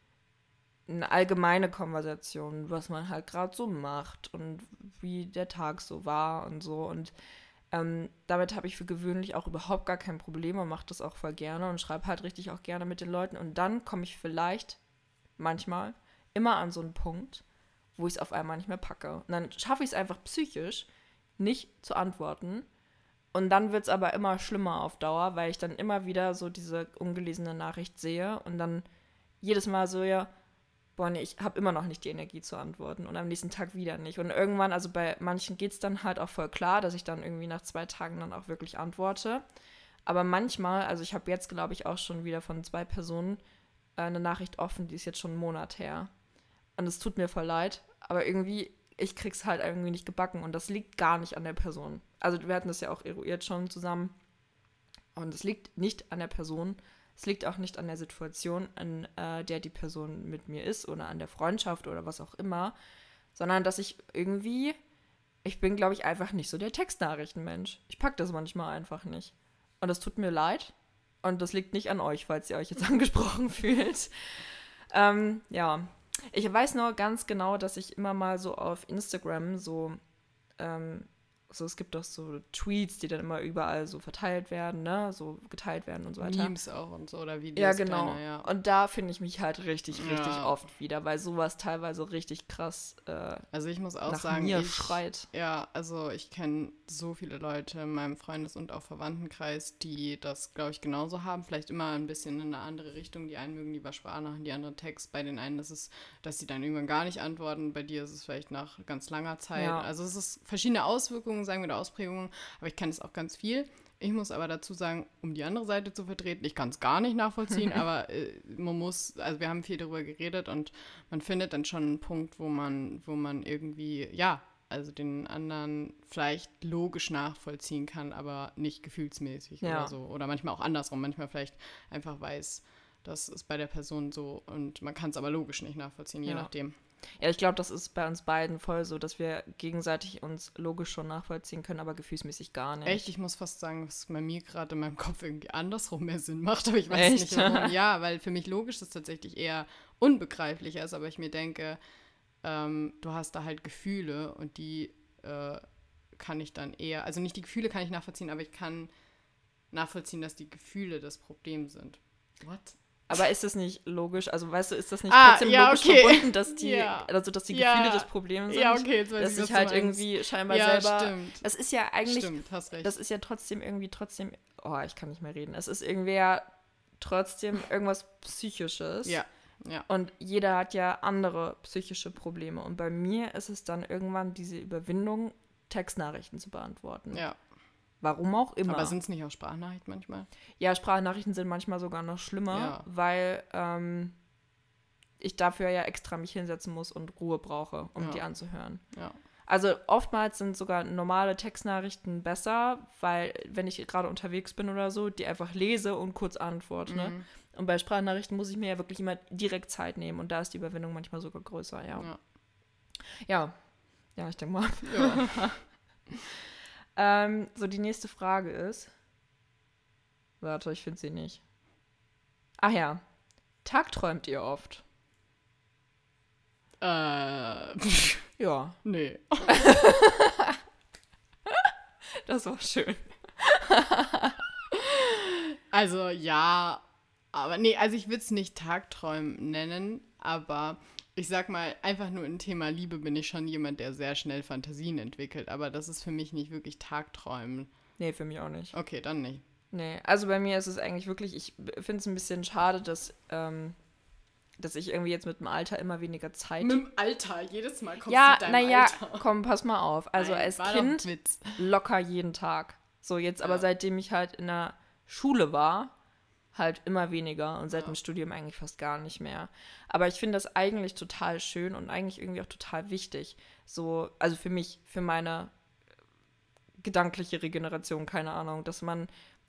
B: eine allgemeine Konversation, was man halt gerade so macht und wie der Tag so war und so. Und ähm, damit habe ich für gewöhnlich auch überhaupt gar kein Problem und mache das auch voll gerne und schreibe halt richtig auch gerne mit den Leuten. Und dann komme ich vielleicht manchmal immer an so einen Punkt, wo ich es auf einmal nicht mehr packe. Und dann schaffe ich es einfach psychisch, nicht zu antworten. Und dann wird es aber immer schlimmer auf Dauer, weil ich dann immer wieder so diese ungelesene Nachricht sehe und dann jedes Mal so, ja, boah, nee, ich habe immer noch nicht die Energie zu antworten und am nächsten Tag wieder nicht. Und irgendwann, also bei manchen geht es dann halt auch voll klar, dass ich dann irgendwie nach zwei Tagen dann auch wirklich antworte. Aber manchmal, also ich habe jetzt, glaube ich, auch schon wieder von zwei Personen äh, eine Nachricht offen, die ist jetzt schon einen Monat her. Und es tut mir voll leid, aber irgendwie, ich krieg's halt irgendwie nicht gebacken und das liegt gar nicht an der Person. Also wir hatten das ja auch eruiert schon zusammen und es liegt nicht an der Person, es liegt auch nicht an der Situation, an äh, der die Person mit mir ist oder an der Freundschaft oder was auch immer, sondern dass ich irgendwie, ich bin, glaube ich, einfach nicht so der Textnachrichtenmensch. Ich pack das manchmal einfach nicht. Und das tut mir leid und das liegt nicht an euch, falls ihr euch jetzt angesprochen fühlt. Ähm, ja, ich weiß nur ganz genau, dass ich immer mal so auf Instagram so, ähm, so es gibt doch so Tweets, die dann immer überall so verteilt werden, ne, so geteilt werden und so weiter.
A: Memes auch und so oder Videos.
B: Ja, genau.
A: Kleiner, ja.
B: Und da finde ich mich halt richtig, richtig
A: Ja.
B: oft wieder, weil sowas teilweise richtig krass äh,
A: Also ich muss auch
B: nach
A: sagen,
B: mir
A: ich,
B: schreit.
A: ja, also ich kenne so viele Leute in meinem Freundes- und auch Verwandtenkreis, die das, glaube ich, genauso haben. Vielleicht immer ein bisschen in eine andere Richtung. Die einen mögen lieber Sprachnachrichten, die anderen Text. Bei den einen ist es, dass sie dann irgendwann gar nicht antworten. Bei dir ist es vielleicht nach ganz langer Zeit.
B: Ja.
A: Also es ist verschiedene Auswirkungen, sagen wir, oder Ausprägungen. Aber ich kenne es auch ganz viel. Ich muss aber dazu sagen, um die andere Seite zu vertreten, ich kann es gar nicht nachvollziehen, aber äh, man muss, also wir haben viel darüber geredet und man findet dann schon einen Punkt, wo man, wo man irgendwie, ja, also den anderen vielleicht logisch nachvollziehen kann, aber nicht gefühlsmäßig
B: Ja.
A: oder so. Oder manchmal auch andersrum, manchmal vielleicht einfach weiß, das ist bei der Person so und man kann es aber logisch nicht nachvollziehen, je
B: Ja.
A: nachdem.
B: Ja, ich glaube, das ist bei uns beiden voll so, dass wir gegenseitig uns logisch schon nachvollziehen können, aber gefühlsmäßig gar nicht.
A: Echt, ich muss fast sagen, dass bei mir gerade in meinem Kopf irgendwie andersrum mehr Sinn macht, aber ich weiß
B: Echt?
A: nicht warum. Ja, weil für mich logisch das tatsächlich eher unbegreiflicher ist, aber ich mir denke, ähm, du hast da halt Gefühle und die äh, kann ich dann eher, also nicht die Gefühle kann ich nachvollziehen, aber ich kann nachvollziehen, dass die Gefühle das Problem sind. What?
B: Aber ist das nicht logisch? Also weißt du, ist das nicht
A: Ah,
B: trotzdem
A: ja,
B: logisch
A: okay.
B: verbunden, dass die,
A: Ja.
B: also dass die
A: Ja.
B: Gefühle das Problem sind?
A: Ja, okay, jetzt weiß
B: dass
A: ich,
B: ich
A: was du
B: halt
A: meinst.
B: irgendwie scheinbar
A: Ja,
B: selber.
A: stimmt.
B: Das ist ja eigentlich.
A: Stimmt, hast recht.
B: Das ist ja trotzdem irgendwie trotzdem. Oh, ich kann nicht mehr reden. Es ist irgendwie ja trotzdem irgendwas Psychisches.
A: Ja, ja.
B: Und jeder hat ja andere psychische Probleme. Und bei mir ist es dann irgendwann diese Überwindung, Textnachrichten zu beantworten.
A: Ja.
B: Warum auch immer.
A: Aber sind es nicht auch Sprachnachrichten manchmal?
B: Ja, Sprachnachrichten sind manchmal sogar noch schlimmer,
A: Ja.
B: weil ähm, ich dafür ja extra mich hinsetzen muss und Ruhe brauche, um
A: Ja.
B: die anzuhören.
A: Ja.
B: Also oftmals sind sogar normale Textnachrichten besser, weil wenn ich gerade unterwegs bin oder so, die einfach lese und kurz antworte. Ne?
A: Mhm.
B: Und bei Sprachnachrichten muss ich mir ja wirklich immer direkt Zeit nehmen und da ist die Überwindung manchmal sogar größer, ja.
A: Ja.
B: Ja, ja, ich denke mal.
A: Ja.
B: ähm, so, die nächste Frage ist. Warte, ich finde sie nicht. Ach ja. Tagträumt ihr oft?
A: Äh,
B: Ja,
A: nee.
B: das war schön.
A: Also ja, aber nee, also ich würde es nicht Tagträumen nennen, aber ich sag mal, einfach nur im Thema Liebe bin ich schon jemand, der sehr schnell Fantasien entwickelt, aber das ist für mich nicht wirklich Tagträumen.
B: Nee, für mich auch nicht.
A: Okay, dann nicht.
B: Nee, also bei mir ist es eigentlich wirklich, ich finde es ein bisschen schade, dass, ähm, dass ich irgendwie jetzt mit dem Alter immer weniger Zeit...
A: Mit dem Alter, jedes Mal kommst
B: ja,
A: du mit deinem
B: naja,
A: Alter.
B: komm, pass mal auf. Also
A: Nein,
B: als
A: war doch ein
B: Kind
A: Witz.
B: locker jeden Tag. So, jetzt aber
A: Ja.
B: seitdem ich halt in der Schule war, halt immer weniger und seit
A: Ja.
B: dem Studium eigentlich fast gar nicht mehr. Aber ich finde das eigentlich total schön und eigentlich irgendwie auch total wichtig. So, also für mich, für meine gedankliche Regeneration, keine Ahnung, dass man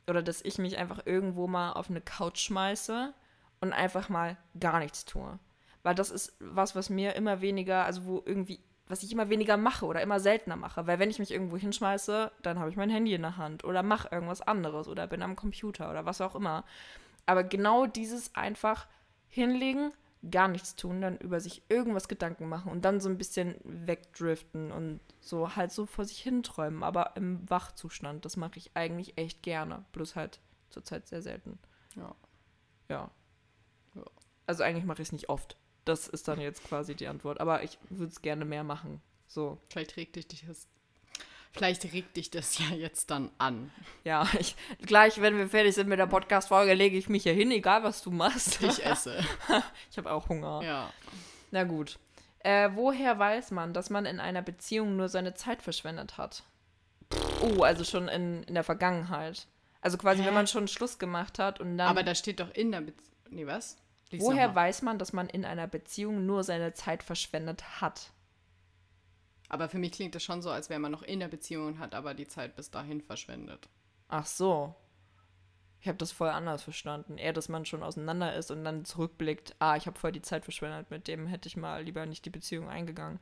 B: oder dass ich mich einfach irgendwo mal auf eine Couch schmeiße und einfach mal gar nichts tue. Weil das ist was, was mir immer weniger, also wo irgendwie, was ich immer weniger mache oder immer seltener mache. Weil wenn ich mich irgendwo hinschmeiße, dann habe ich mein Handy in der Hand oder mache irgendwas anderes oder bin am Computer oder was auch immer. Aber genau dieses einfach hinlegen, gar nichts tun, dann über sich irgendwas Gedanken machen und dann so ein bisschen wegdriften und so halt so vor sich hinträumen, aber im Wachzustand. Das mache ich eigentlich echt gerne, bloß halt zurzeit sehr selten.
A: Ja.
B: Ja.
A: Ja.
B: Also eigentlich mache ich es nicht oft. Das ist dann jetzt quasi die Antwort. Aber ich würde es gerne mehr machen. So.
A: Vielleicht regt dich das, vielleicht regt dich das ja jetzt dann an.
B: Ja, ich, gleich, wenn wir fertig sind mit der Podcast-Folge, lege ich mich hier hin, egal was du machst.
A: Ich esse.
B: Ich habe auch Hunger.
A: Ja.
B: Na gut. Äh, woher weiß man, dass man in einer Beziehung nur seine Zeit verschwendet hat? Oh, also schon in, in der Vergangenheit. Also quasi,
A: Hä?
B: wenn man schon Schluss gemacht hat und dann...
A: Aber da steht doch in der Beziehung. Nee, was? Lies
B: woher
A: noch mal.
B: weiß man, dass man in einer Beziehung nur seine Zeit verschwendet hat?
A: Aber für mich klingt das schon so, als wäre man noch in der Beziehung und hat aber die Zeit bis dahin verschwendet.
B: Ach so. Ich habe das voll anders verstanden. Eher, dass man schon auseinander ist und dann zurückblickt, ah, ich habe voll die Zeit verschwendet, mit dem hätte ich mal lieber nicht die Beziehung eingegangen.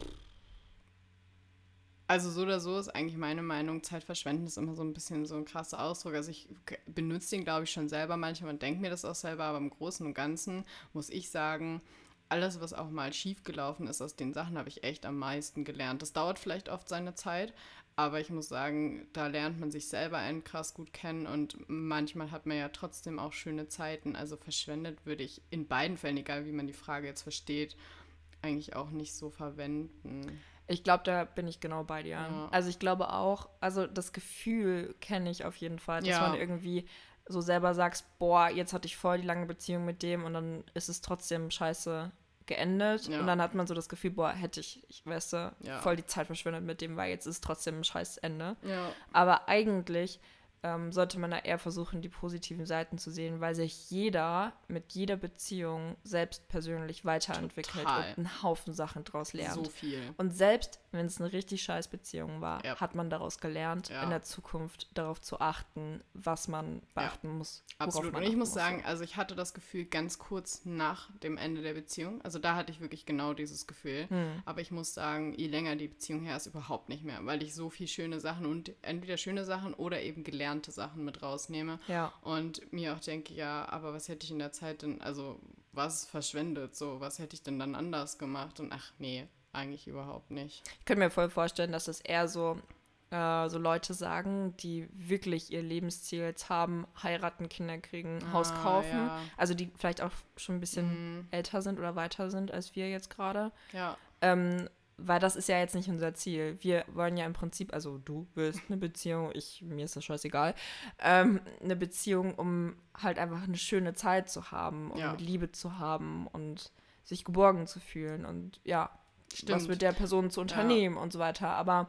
A: Also so oder so ist eigentlich meine Meinung, Zeit verschwenden ist immer so ein bisschen so ein krasser Ausdruck. Also ich k- benutze den, glaube ich, schon selber manchmal und denke mir das auch selber, aber im Großen und Ganzen muss ich sagen, alles, was auch mal schief gelaufen ist, aus den Sachen habe ich echt am meisten gelernt. Das dauert vielleicht oft seine Zeit, aber ich muss sagen, da lernt man sich selber einen krass gut kennen und manchmal hat man ja trotzdem auch schöne Zeiten. Also verschwendet würde ich in beiden Fällen, egal wie man die Frage jetzt versteht, eigentlich auch nicht so verwenden.
B: Ich glaube, da bin ich genau bei dir.
A: Ja.
B: Also ich glaube auch, also das Gefühl kenne ich auf jeden Fall, dass
A: Ja.
B: man irgendwie so selber sagst, boah, jetzt hatte ich voll die lange Beziehung mit dem und dann ist es trotzdem scheiße geendet.
A: Ja.
B: Und dann hat man so das Gefühl, boah, hätte ich, ich weißt du,
A: Ja.
B: voll die Zeit verschwendet mit dem, weil jetzt ist es trotzdem ein scheiß Ende.
A: Ja.
B: Aber eigentlich ähm, sollte man da eher versuchen, die positiven Seiten zu sehen, weil sich jeder mit jeder Beziehung selbst persönlich weiterentwickelt
A: Total.
B: und einen Haufen Sachen draus lernt.
A: So viel.
B: Und selbst wenn es eine richtig scheiß Beziehung war,
A: Ja.
B: hat man daraus gelernt,
A: Ja.
B: in der Zukunft darauf zu achten, was man beachten muss. worauf
A: Absolut.
B: man
A: Und ich
B: achten
A: muss sagen, also ich hatte das Gefühl ganz kurz nach dem Ende der Beziehung. Also da hatte ich wirklich genau dieses Gefühl.
B: Hm.
A: Aber ich muss sagen, je länger die Beziehung her ist, überhaupt nicht mehr. Weil ich so viel schöne Sachen und entweder schöne Sachen oder eben gelernte Sachen mit rausnehme.
B: Ja.
A: Und mir auch denke, ja, aber was hätte ich in der Zeit denn, also was verschwendet, so, was hätte ich denn dann anders gemacht? Und ach nee, eigentlich überhaupt nicht.
B: Ich könnte mir voll vorstellen, dass das eher so, äh, so Leute sagen, die wirklich ihr Lebensziel jetzt haben, heiraten, Kinder kriegen, Haus
A: Ah,
B: kaufen.
A: ja.
B: Also die vielleicht auch schon ein bisschen
A: Mhm.
B: älter sind oder weiter sind als wir jetzt gerade.
A: Ja,
B: Ähm, weil das ist ja jetzt nicht unser Ziel. Wir wollen ja im Prinzip, also du willst eine Beziehung, ich, mir ist das scheißegal, ähm, eine Beziehung, um halt einfach eine schöne Zeit zu haben und
A: Ja.
B: mit Liebe zu haben und sich geborgen zu fühlen und ja, was
A: Stimmt.
B: mit der Person zu unternehmen und so weiter. Aber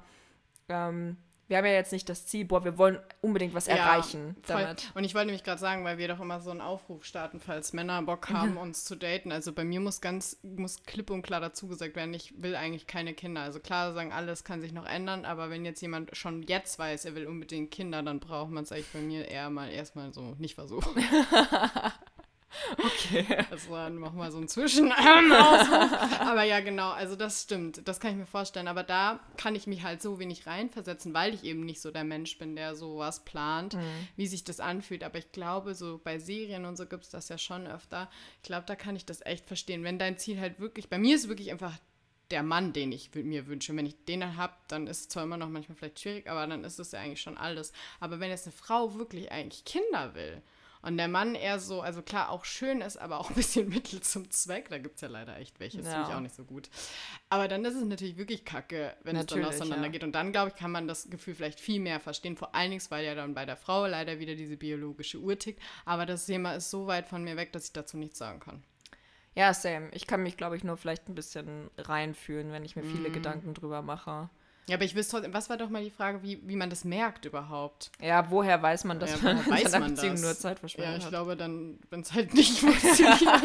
B: ähm, wir haben ja jetzt nicht das Ziel, boah, wir wollen unbedingt was erreichen
A: voll.
B: damit.
A: Und ich wollte nämlich gerade sagen, weil wir doch immer so einen Aufruf starten, falls Männer Bock haben, uns zu daten. Also bei mir muss ganz, muss klipp und klar dazu gesagt werden, ich will eigentlich keine Kinder. Also klar sagen, alles kann sich noch ändern, aber wenn jetzt jemand schon jetzt weiß, er will unbedingt Kinder, dann braucht man es eigentlich bei mir eher mal erstmal so nicht versuchen.
B: Okay.
A: Also dann machen wir so einen Zwischenausruf. Aber ja, genau, also das stimmt. Das kann ich mir vorstellen. Aber da kann ich mich halt so wenig reinversetzen, weil ich eben nicht so der Mensch bin, der sowas plant,
B: Mhm.
A: wie sich das anfühlt. Aber ich glaube, so bei Serien und so gibt es das ja schon öfter. Ich glaube, da kann ich das echt verstehen. Wenn dein Ziel halt wirklich, bei mir ist wirklich einfach der Mann, den ich w- mir wünsche. Wenn ich den dann habe, dann ist es zwar immer noch manchmal vielleicht schwierig, aber dann ist es ja eigentlich schon alles. Aber wenn jetzt eine Frau wirklich eigentlich Kinder will, und der Mann eher so, also klar, auch schön ist, aber auch ein bisschen Mittel zum Zweck. Da gibt es ja leider echt welche, das
B: Ja.
A: finde ich auch nicht so gut. Aber dann ist es natürlich wirklich kacke, wenn es dann
B: Natürlich,
A: auseinander
B: ja.
A: geht. Und dann, glaube ich, kann man das Gefühl vielleicht viel mehr verstehen. Vor allen Dingen, weil ja dann bei der Frau leider wieder diese biologische Uhr tickt. Aber das Thema ist so weit von mir weg, dass ich dazu nichts sagen kann.
B: Ja, same. Ich kann mich, glaube ich, nur vielleicht ein bisschen reinfühlen, wenn ich mir viele
A: Mm.
B: Gedanken drüber mache.
A: Ja, aber ich wüsste trotzdem, was war doch mal die Frage, wie, wie man das merkt überhaupt?
B: Ja, woher weiß man, dass
A: Ja,
B: man
A: woher weiß
B: in seiner
A: man
B: Beziehung
A: das?
B: nur Zeit
A: Ja,
B: verschwendet
A: ich
B: hat?
A: glaube dann, wenn es halt nicht funktioniert.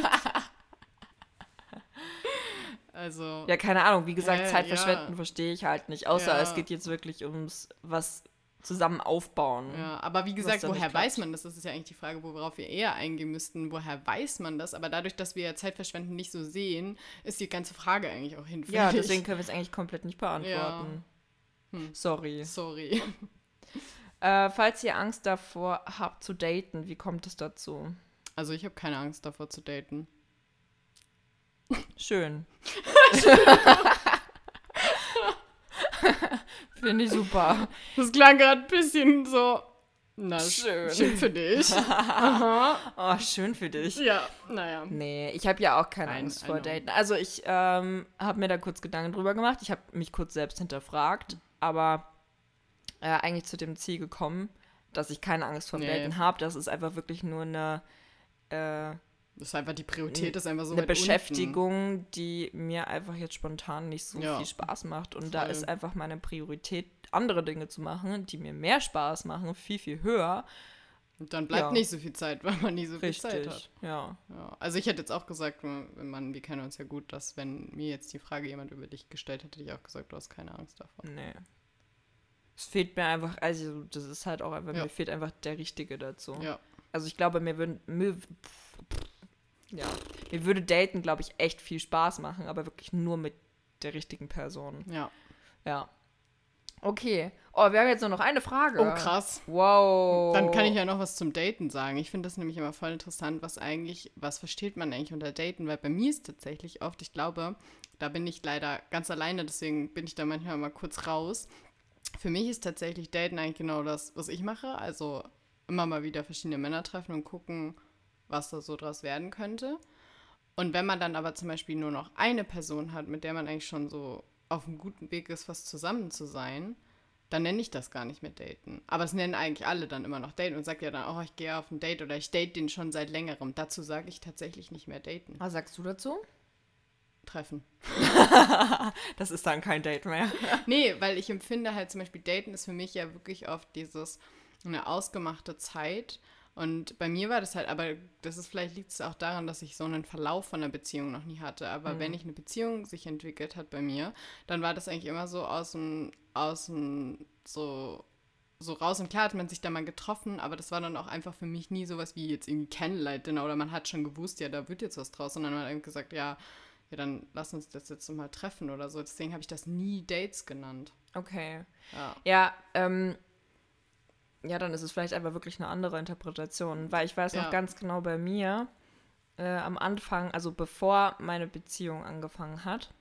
A: Also,
B: Ja, keine Ahnung. Wie gesagt,
A: Hä,
B: Zeit
A: ja.
B: verschwenden verstehe ich halt nicht. Außer
A: Ja.
B: es geht jetzt wirklich ums, was zusammen aufbauen.
A: Ja, aber wie gesagt, woher weiß man das? Das ist ja eigentlich die Frage, worauf wir eher eingehen müssten. Woher weiß man das? Aber dadurch, dass wir ja Zeitverschwenden nicht so sehen, ist die ganze Frage eigentlich auch hinfällig.
B: Ja, deswegen können wir es eigentlich komplett nicht beantworten. Ja. Hm. Sorry.
A: Sorry.
B: Äh, falls ihr Angst davor habt zu daten, wie kommt es dazu?
A: Also ich habe keine Angst davor zu daten.
B: Schön. Finde ich super.
A: Das klang gerade ein bisschen so, na, schön. Schön für dich. Aha.
B: Oh, schön für dich.
A: Ja, naja.
B: Nee, ich habe ja auch keine Nein, Angst vor Daten. Also ich ähm, habe mir da kurz Gedanken drüber gemacht. Ich habe mich kurz selbst hinterfragt, aber äh, eigentlich zu dem Ziel gekommen, dass ich keine Angst vor nee. Daten habe. Das ist einfach wirklich nur eine äh,
A: Das ist einfach die Priorität, ist einfach so
B: eine Beschäftigung, unten. die mir einfach jetzt spontan nicht so
A: ja.
B: viel Spaß macht. Und
A: Voll.
B: da ist einfach meine Priorität, andere Dinge zu machen, die mir mehr Spaß machen, viel, viel höher.
A: Und dann bleibt ja. nicht so viel Zeit, weil man nie so viel
B: Richtig,
A: Zeit hat.
B: Ja.
A: ja. Also ich hätte jetzt auch gesagt, wenn man, wir kennen uns ja gut, dass wenn mir jetzt die Frage jemand über dich gestellt hätte, hätte ich auch gesagt, du hast keine Angst davor.
B: Nee. Es fehlt mir einfach, also das ist halt auch einfach,
A: ja.
B: mir fehlt einfach der Richtige dazu.
A: Ja.
B: Also ich glaube, mir würden, mir, ja, mir würde Daten, glaube ich, echt viel Spaß machen, aber wirklich nur mit der richtigen Person.
A: Ja.
B: Ja. Okay. Oh, wir haben jetzt nur noch eine Frage.
A: Oh, krass.
B: Wow.
A: Dann kann ich ja noch was zum Daten sagen. Ich finde das nämlich immer voll interessant, was eigentlich, was versteht man eigentlich unter Daten? Weil bei mir ist tatsächlich oft, ich glaube, da bin ich leider ganz alleine, deswegen bin ich da manchmal mal kurz raus. Für mich ist tatsächlich Daten eigentlich genau das, was ich mache. Also immer mal wieder verschiedene Männer treffen und gucken, was da so draus werden könnte. Und wenn man dann aber zum Beispiel nur noch eine Person hat, mit der man eigentlich schon so auf einem guten Weg ist, was zusammen zu sein, dann nenne ich das gar nicht mehr Daten. Aber es nennen eigentlich alle dann immer noch Daten und sagt ja dann, oh, ich gehe auf ein Date oder ich date den schon seit längerem. Dazu sage ich tatsächlich nicht mehr Daten.
B: Was sagst du dazu?
A: Treffen.
B: Das ist dann kein Date mehr.
A: Nee, weil ich empfinde halt zum Beispiel, Daten ist für mich ja wirklich oft dieses, eine ausgemachte Zeit. Und bei mir war das halt, aber das ist, vielleicht liegt es auch daran, dass ich so einen Verlauf von einer Beziehung noch nie hatte. Aber mhm. wenn ich eine Beziehung sich entwickelt hat bei mir, dann war das eigentlich immer so aus dem, aus dem, so, so raus. Und klar hat man sich da mal getroffen, aber das war dann auch einfach für mich nie sowas wie jetzt irgendwie Candlelight-Dinner oder man hat schon gewusst, ja, da wird jetzt was draus, sondern man hat eben gesagt, ja, ja, dann lass uns das jetzt mal treffen oder so. Deswegen habe ich das nie Dates genannt.
B: Okay.
A: Ja,
B: ja ähm, ja, dann ist es vielleicht einfach wirklich eine andere Interpretation, weil ich weiß noch
A: ja.
B: ganz genau bei mir, äh, am Anfang, also bevor meine Beziehung angefangen hat,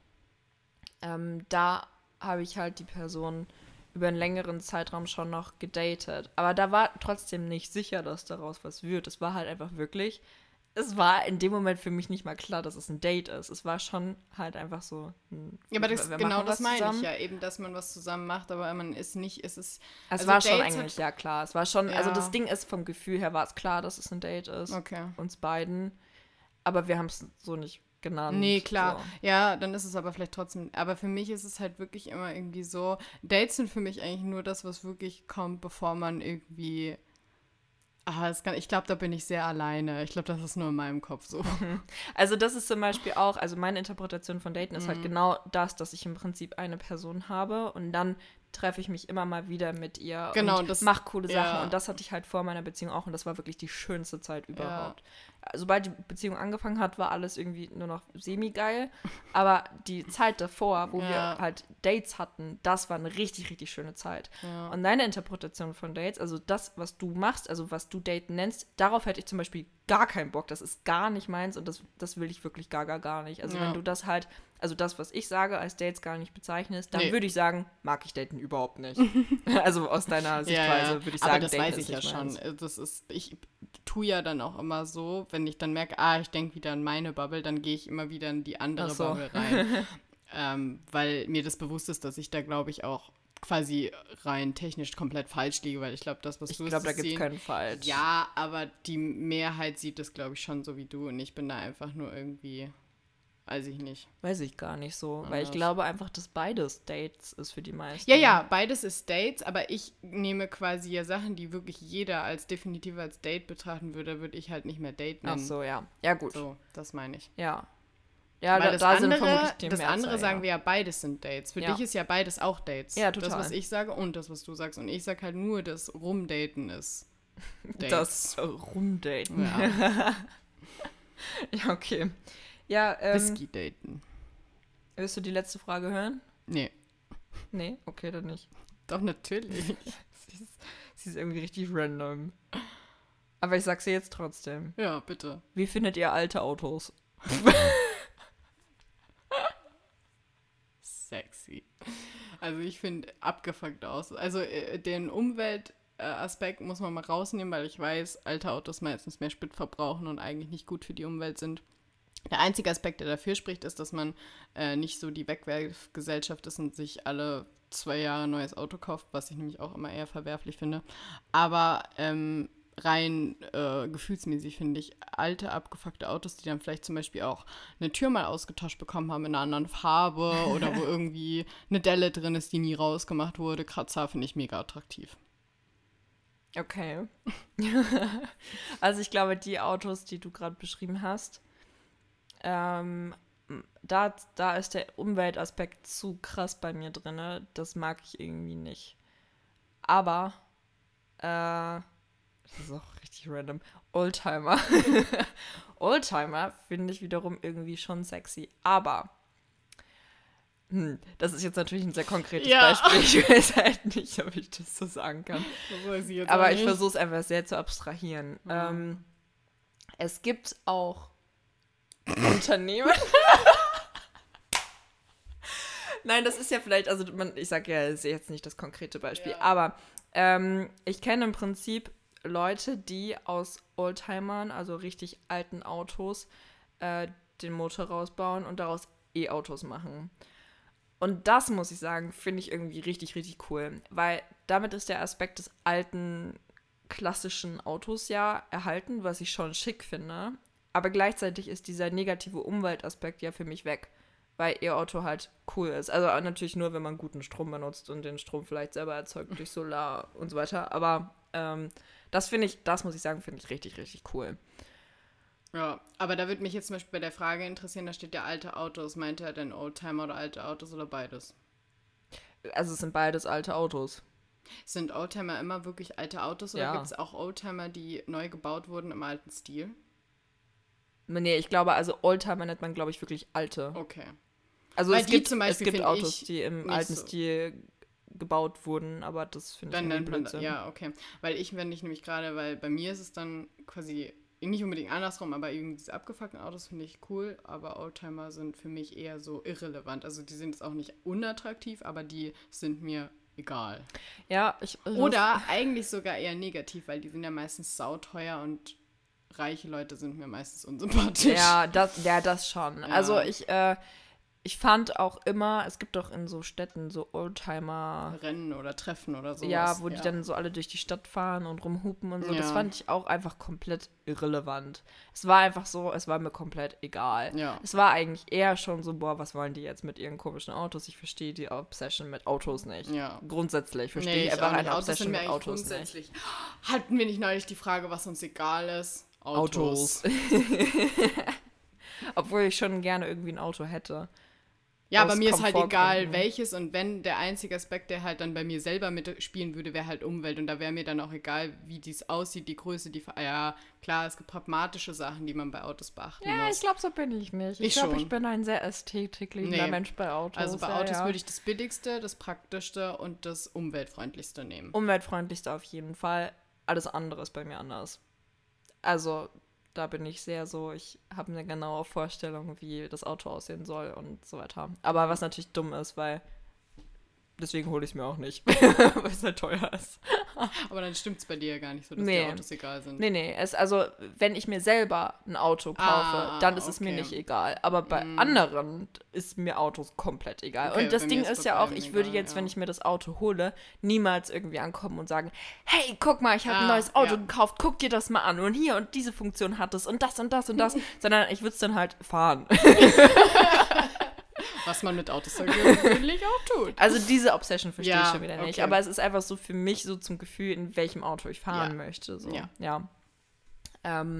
B: ähm, da habe ich halt die Person über einen längeren Zeitraum schon noch gedatet. Aber da war trotzdem nicht sicher, dass daraus was wird. Es war halt einfach wirklich, es war in dem Moment für mich nicht mal klar, dass es ein Date ist. Es war schon halt einfach so ein,
A: ja, aber das, genau das meine ich ja, eben, dass man was zusammen macht, aber man ist nicht, es ist...
B: Es
A: also
B: war
A: Dates
B: schon eigentlich,
A: hat,
B: ja klar, es war schon,
A: ja.
B: also das Ding ist, vom Gefühl her war es klar, dass es ein Date ist.
A: Okay.
B: Uns beiden. Aber wir haben es so nicht genannt.
A: Nee, klar.
B: So.
A: Ja, dann ist es aber vielleicht trotzdem, aber für mich ist es halt wirklich immer irgendwie so, Dates sind für mich eigentlich nur das, was wirklich kommt, bevor man irgendwie... Ah, das kann, ich glaube, da bin ich sehr alleine. Ich glaube, das ist nur in meinem Kopf so.
B: Also das ist zum Beispiel auch, also meine Interpretation von Daten ist mhm. halt genau das, dass ich im Prinzip eine Person habe und dann treffe ich mich immer mal wieder mit ihr
A: genau,
B: und
A: das,
B: mache coole Sachen.
A: ja.
B: Und das hatte ich halt vor meiner Beziehung auch und das war wirklich die schönste Zeit überhaupt. Ja. Sobald die Beziehung angefangen hat, war alles irgendwie nur noch semi-geil. Aber die Zeit davor, wo ja. wir halt Dates hatten, das war eine richtig, richtig schöne Zeit.
A: Ja.
B: Und deine Interpretation von Dates, also das, was du machst, also was du Daten nennst, darauf hätte ich zum Beispiel gar keinen Bock. Das ist gar nicht meins und das, das will ich wirklich gar, gar, gar nicht. Also
A: ja.
B: wenn du das halt, also das, was ich sage, als Dates gar nicht bezeichnest, dann nee. würde ich sagen, mag ich Daten überhaupt nicht. Also aus deiner Sichtweise ja, ja. würde ich sagen,
A: aber das
B: Daten
A: weiß ich ja schon. Das ist, ich tue ja dann auch immer so, wenn ich dann merke, ah, ich denke wieder an meine Bubble, dann gehe ich immer wieder in die andere
B: so.
A: Bubble rein. ähm, weil mir das bewusst ist, dass ich da, glaube ich, auch quasi rein technisch komplett falsch liege, weil ich glaube, das, was
B: ich
A: du
B: glaub, da
A: gibt
B: es keinen Falsch.
A: Ja, aber die Mehrheit sieht das, glaube ich, schon so wie du und ich bin da einfach nur irgendwie, weiß ich nicht.
B: Weiß ich gar nicht so, Anders. Weil ich glaube einfach, dass beides Dates ist für die meisten.
A: Ja, ja, beides ist Dates, aber ich nehme quasi ja Sachen, die wirklich jeder als definitiv als Date betrachten würde, würde ich halt nicht mehr Date nennen.
B: Ach so, ja. Ja, gut.
A: So, das meine ich.
B: Ja. Ja,
A: Weil
B: da,
A: das
B: da
A: andere,
B: sind vermutlich die
A: das
B: Mehrzahl,
A: andere sagen
B: ja.
A: wir ja, beides sind Dates. Für
B: Ja.
A: dich ist ja beides auch Dates.
B: Ja, total.
A: Das, was ich sage und das, was du sagst. Und ich sage halt nur, dass Rumdaten ist Dates.
B: Das äh, Rumdaten.
A: Ja.
B: Ja, okay. Ja, ähm,
A: Whisky-Daten.
B: willst du die letzte Frage hören?
A: Nee.
B: Nee? Okay, dann nicht.
A: Doch, natürlich.
B: sie, ist, sie ist irgendwie richtig random. Aber ich sag sie jetzt trotzdem.
A: Ja, bitte.
B: Wie findet ihr alte Autos?
A: Sexy. Also ich finde abgefuckt aus. Also äh, den Umweltaspekt muss man mal rausnehmen, weil ich weiß, alte Autos meistens mehr Sprit verbrauchen und eigentlich nicht gut für die Umwelt sind. Der einzige Aspekt, der dafür spricht, ist, dass man äh, nicht so die Wegwerfgesellschaft ist und sich alle zwei Jahre ein neues Auto kauft, was ich nämlich auch immer eher verwerflich finde. Aber ähm, rein äh, gefühlsmäßig finde ich alte, abgefuckte Autos, die dann vielleicht zum Beispiel auch eine Tür mal ausgetauscht bekommen haben in einer anderen Farbe oder wo irgendwie eine Delle drin ist, die nie rausgemacht wurde. Kratzer finde ich mega attraktiv.
B: Okay. Also ich glaube, die Autos, die du gerade beschrieben hast, ähm, da, da ist der Umweltaspekt zu krass bei mir drin. Das mag ich irgendwie nicht. Aber, äh, das ist auch richtig random, Oldtimer. Oldtimer finde ich wiederum irgendwie schon sexy. Aber, hm, das ist jetzt natürlich ein sehr konkretes
A: Ja.
B: Beispiel. Ich weiß halt nicht, ob ich das so sagen kann.
A: Das weiß ich jetzt
B: Aber
A: auch
B: ich
A: nicht.
B: versuche es einfach sehr zu abstrahieren.
A: Mhm.
B: Ähm, es gibt auch Unternehmen. Nein, das ist ja vielleicht, also man, ich sage ja, das ist jetzt nicht das konkrete Beispiel,
A: Ja.
B: aber ähm, ich kenne im Prinzip Leute, die aus Oldtimern, also richtig alten Autos, äh, den Motor rausbauen und daraus E-Autos machen. Und das, muss ich sagen, finde ich irgendwie richtig, richtig cool, weil damit ist der Aspekt des alten, klassischen Autos ja erhalten, was ich schon schick finde, aber gleichzeitig ist dieser negative Umweltaspekt ja für mich weg, weil E-Auto halt cool ist. Also natürlich nur, wenn man guten Strom benutzt und den Strom vielleicht selber erzeugt durch Solar und so weiter, aber ähm, das finde ich, das muss ich sagen, finde ich richtig, richtig cool.
A: Ja, aber da würde mich jetzt zum Beispiel bei der Frage interessieren, da steht ja alte Autos. Meint er denn Oldtimer oder alte Autos oder beides?
B: Also es sind beides alte Autos.
A: Sind Oldtimer immer wirklich alte Autos oder
B: Ja.
A: gibt es auch Oldtimer, die neu gebaut wurden im alten Stil?
B: Nee, ich glaube, also Oldtimer nennt man, glaube ich, wirklich alte.
A: Okay.
B: Also
A: Weil
B: es
A: die
B: gibt,
A: zum Beispiel
B: es gibt
A: find
B: Autos,
A: ich
B: die im
A: nicht
B: alten
A: so-
B: Stil gebaut wurden, aber das finde ich
A: Dann
B: irgendwie
A: nennt man,
B: Blödsinn.
A: ja, okay. Weil ich, wenn ich nämlich gerade, weil bei mir ist es dann quasi nicht unbedingt andersrum, aber eben diese abgefuckten Autos finde ich cool, aber Oldtimer sind für mich eher so irrelevant. Also die sind jetzt auch nicht unattraktiv, aber die sind mir egal.
B: Ja, ich...
A: Oder eigentlich sogar eher negativ, weil die sind ja meistens sauteuer und reiche Leute sind mir meistens unsympathisch.
B: Ja, das, ja, das schon.
A: Ja.
B: Also ich, äh, ich fand auch immer, es gibt doch in so Städten so Oldtimer,
A: Rennen oder Treffen oder sowas.
B: ja, wo die dann so alle durch die Stadt fahren und rumhupen und so. Das
A: Ja.
B: fand ich auch einfach komplett irrelevant. Es war einfach so, es war mir komplett egal.
A: Ja.
B: Es war eigentlich eher schon so, boah, was wollen die jetzt mit ihren komischen Autos? Ich verstehe die Obsession mit Autos nicht.
A: Ja.
B: Grundsätzlich verstehe
A: Nee,
B: ich
A: ich
B: einfach
A: auch nicht.
B: eine
A: Autos sind
B: Obsession
A: mir
B: mit
A: eigentlich
B: Autos nicht.
A: grundsätzlich. Hatten wir nicht neulich die Frage, was uns egal ist?
B: Autos. Obwohl ich schon gerne irgendwie ein Auto hätte.
A: Ja,
B: Aus
A: aber mir ist halt egal,
B: Komfortgründen.
A: welches. Und wenn der einzige Aspekt, der halt dann bei mir selber mitspielen würde, wäre halt Umwelt. Und da wäre mir dann auch egal, wie dies aussieht, die Größe, die... Ja, klar, es gibt pragmatische Sachen, die man bei Autos beachten
B: Ja,
A: muss.
B: ich glaube, so bin ich nicht. Ich,
A: Ich
B: glaube,
A: schon.
B: ich bin ein sehr ästhetikliebender
A: Nee.
B: Mensch bei Autos.
A: Also bei
B: ja,
A: Autos
B: ja.
A: würde ich das Billigste, das Praktischste und das Umweltfreundlichste nehmen.
B: Umweltfreundlichste auf jeden Fall. Alles andere ist bei mir anders. Also, da bin ich sehr so, ich habe eine genaue Vorstellung, wie das Auto aussehen soll und so weiter. Aber was natürlich dumm ist, weil deswegen hole ich es mir auch nicht, weil es halt teuer ist.
A: Aber dann stimmt es bei dir ja gar nicht so, dass
B: Nee.
A: die Autos egal sind.
B: Nee, nee, es, also wenn ich mir selber ein Auto kaufe,
A: Ah,
B: dann ist es mir
A: okay.
B: nicht egal. Aber bei
A: Mm.
B: anderen ist mir Autos komplett egal.
A: Okay,
B: und das
A: bei
B: Ding
A: mir ist
B: ist
A: bei
B: ja auch,
A: beiden
B: ich würde
A: egal,
B: jetzt,
A: ja.
B: wenn ich mir das Auto hole, niemals irgendwie ankommen und sagen, hey, guck mal, ich habe ein
A: Ah,
B: neues Auto
A: ja.
B: gekauft, guck dir das mal an. Und hier und diese Funktion hat es und das und das und das. Sondern ich würde es dann halt fahren.
A: Was man mit Autos so gewöhnlich auch tut.
B: Also diese Obsession verstehe
A: Ja,
B: ich schon wieder nicht.
A: okay.
B: Aber es ist einfach so für mich so zum Gefühl, in welchem Auto ich fahren
A: Ja.
B: möchte. So.
A: Ja.
B: Ja. Ähm,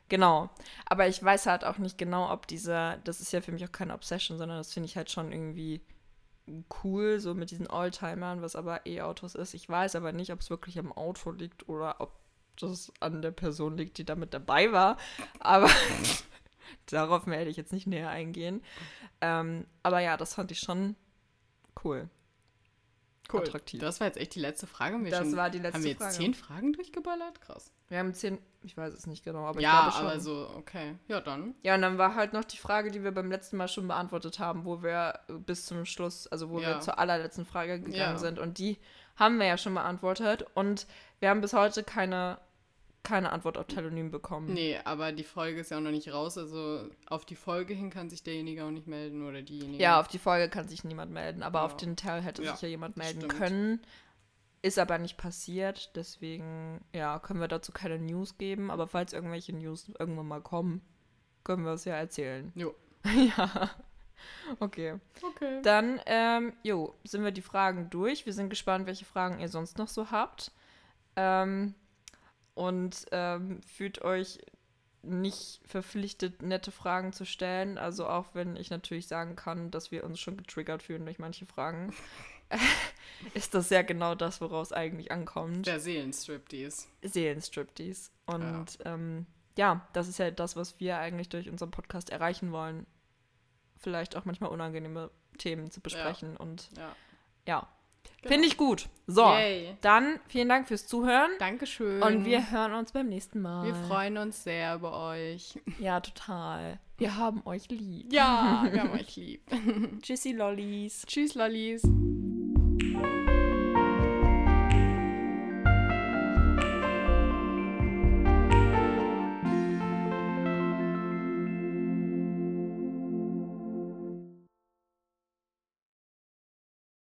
B: Genau. Aber ich weiß halt auch nicht genau, ob dieser, das ist ja für mich auch keine Obsession, sondern das finde ich halt schon irgendwie cool, so mit diesen Oldtimern, was aber E-Autos ist. Ich weiß aber nicht, ob es wirklich am Auto liegt oder ob das an der Person liegt, die damit dabei war. Aber darauf werde ich jetzt nicht näher eingehen. Ähm, aber ja, das fand ich schon cool.
A: Cool. Attraktiv. Das war jetzt echt die letzte Frage. Haben wir
B: das
A: schon,
B: war die letzte
A: Haben wir jetzt
B: Frage.
A: zehn Fragen durchgeballert? Krass.
B: Wir haben zehn, ich weiß es nicht genau, aber
A: ja,
B: ich glaube schon.
A: Ja, aber so, okay. Ja, dann.
B: Ja, und dann war halt noch die Frage, die wir beim letzten Mal schon beantwortet haben, wo wir bis zum Schluss, also wo ja. wir zur allerletzten Frage gegangen ja. sind. Und die haben wir ja schon beantwortet. Und wir haben bis heute keine, keine Antwort auf Telonym bekommen.
A: Nee, aber die Folge ist ja auch noch nicht raus. Also auf die Folge hin kann sich derjenige auch nicht melden oder diejenige.
B: Ja, auf die Folge kann sich niemand melden. Aber ja. auf den Tell hätte ja. sich ja jemand melden Stimmt. können. Ist aber nicht passiert, deswegen, ja, können wir dazu keine News geben. Aber falls irgendwelche News irgendwann mal kommen, können wir es ja erzählen.
A: Jo.
B: ja. Okay.
A: Okay.
B: Dann, ähm, jo, sind wir die Fragen durch. Wir sind gespannt, welche Fragen ihr sonst noch so habt. Ähm, und ähm, fühlt euch nicht verpflichtet, nette Fragen zu stellen. Also auch wenn ich natürlich sagen kann, dass wir uns schon getriggert fühlen durch manche Fragen. ist das ja genau das, woraus eigentlich ankommt.
A: Der Seelenstriptease.
B: Seelenstriptease. Und ja. Ähm, ja, das ist ja das, was wir eigentlich durch unseren Podcast erreichen wollen. Vielleicht auch manchmal unangenehme Themen zu besprechen. Ja. Und ja, ja. Genau. Finde ich gut. So, Yay. Dann vielen Dank fürs Zuhören.
A: Dankeschön.
B: Und wir hören uns beim nächsten Mal.
A: Wir freuen uns sehr über euch.
B: Ja, total. Wir haben euch lieb.
A: Ja, wir haben euch lieb.
B: Tschüssi, Lollis.
A: Tschüss, Lollis.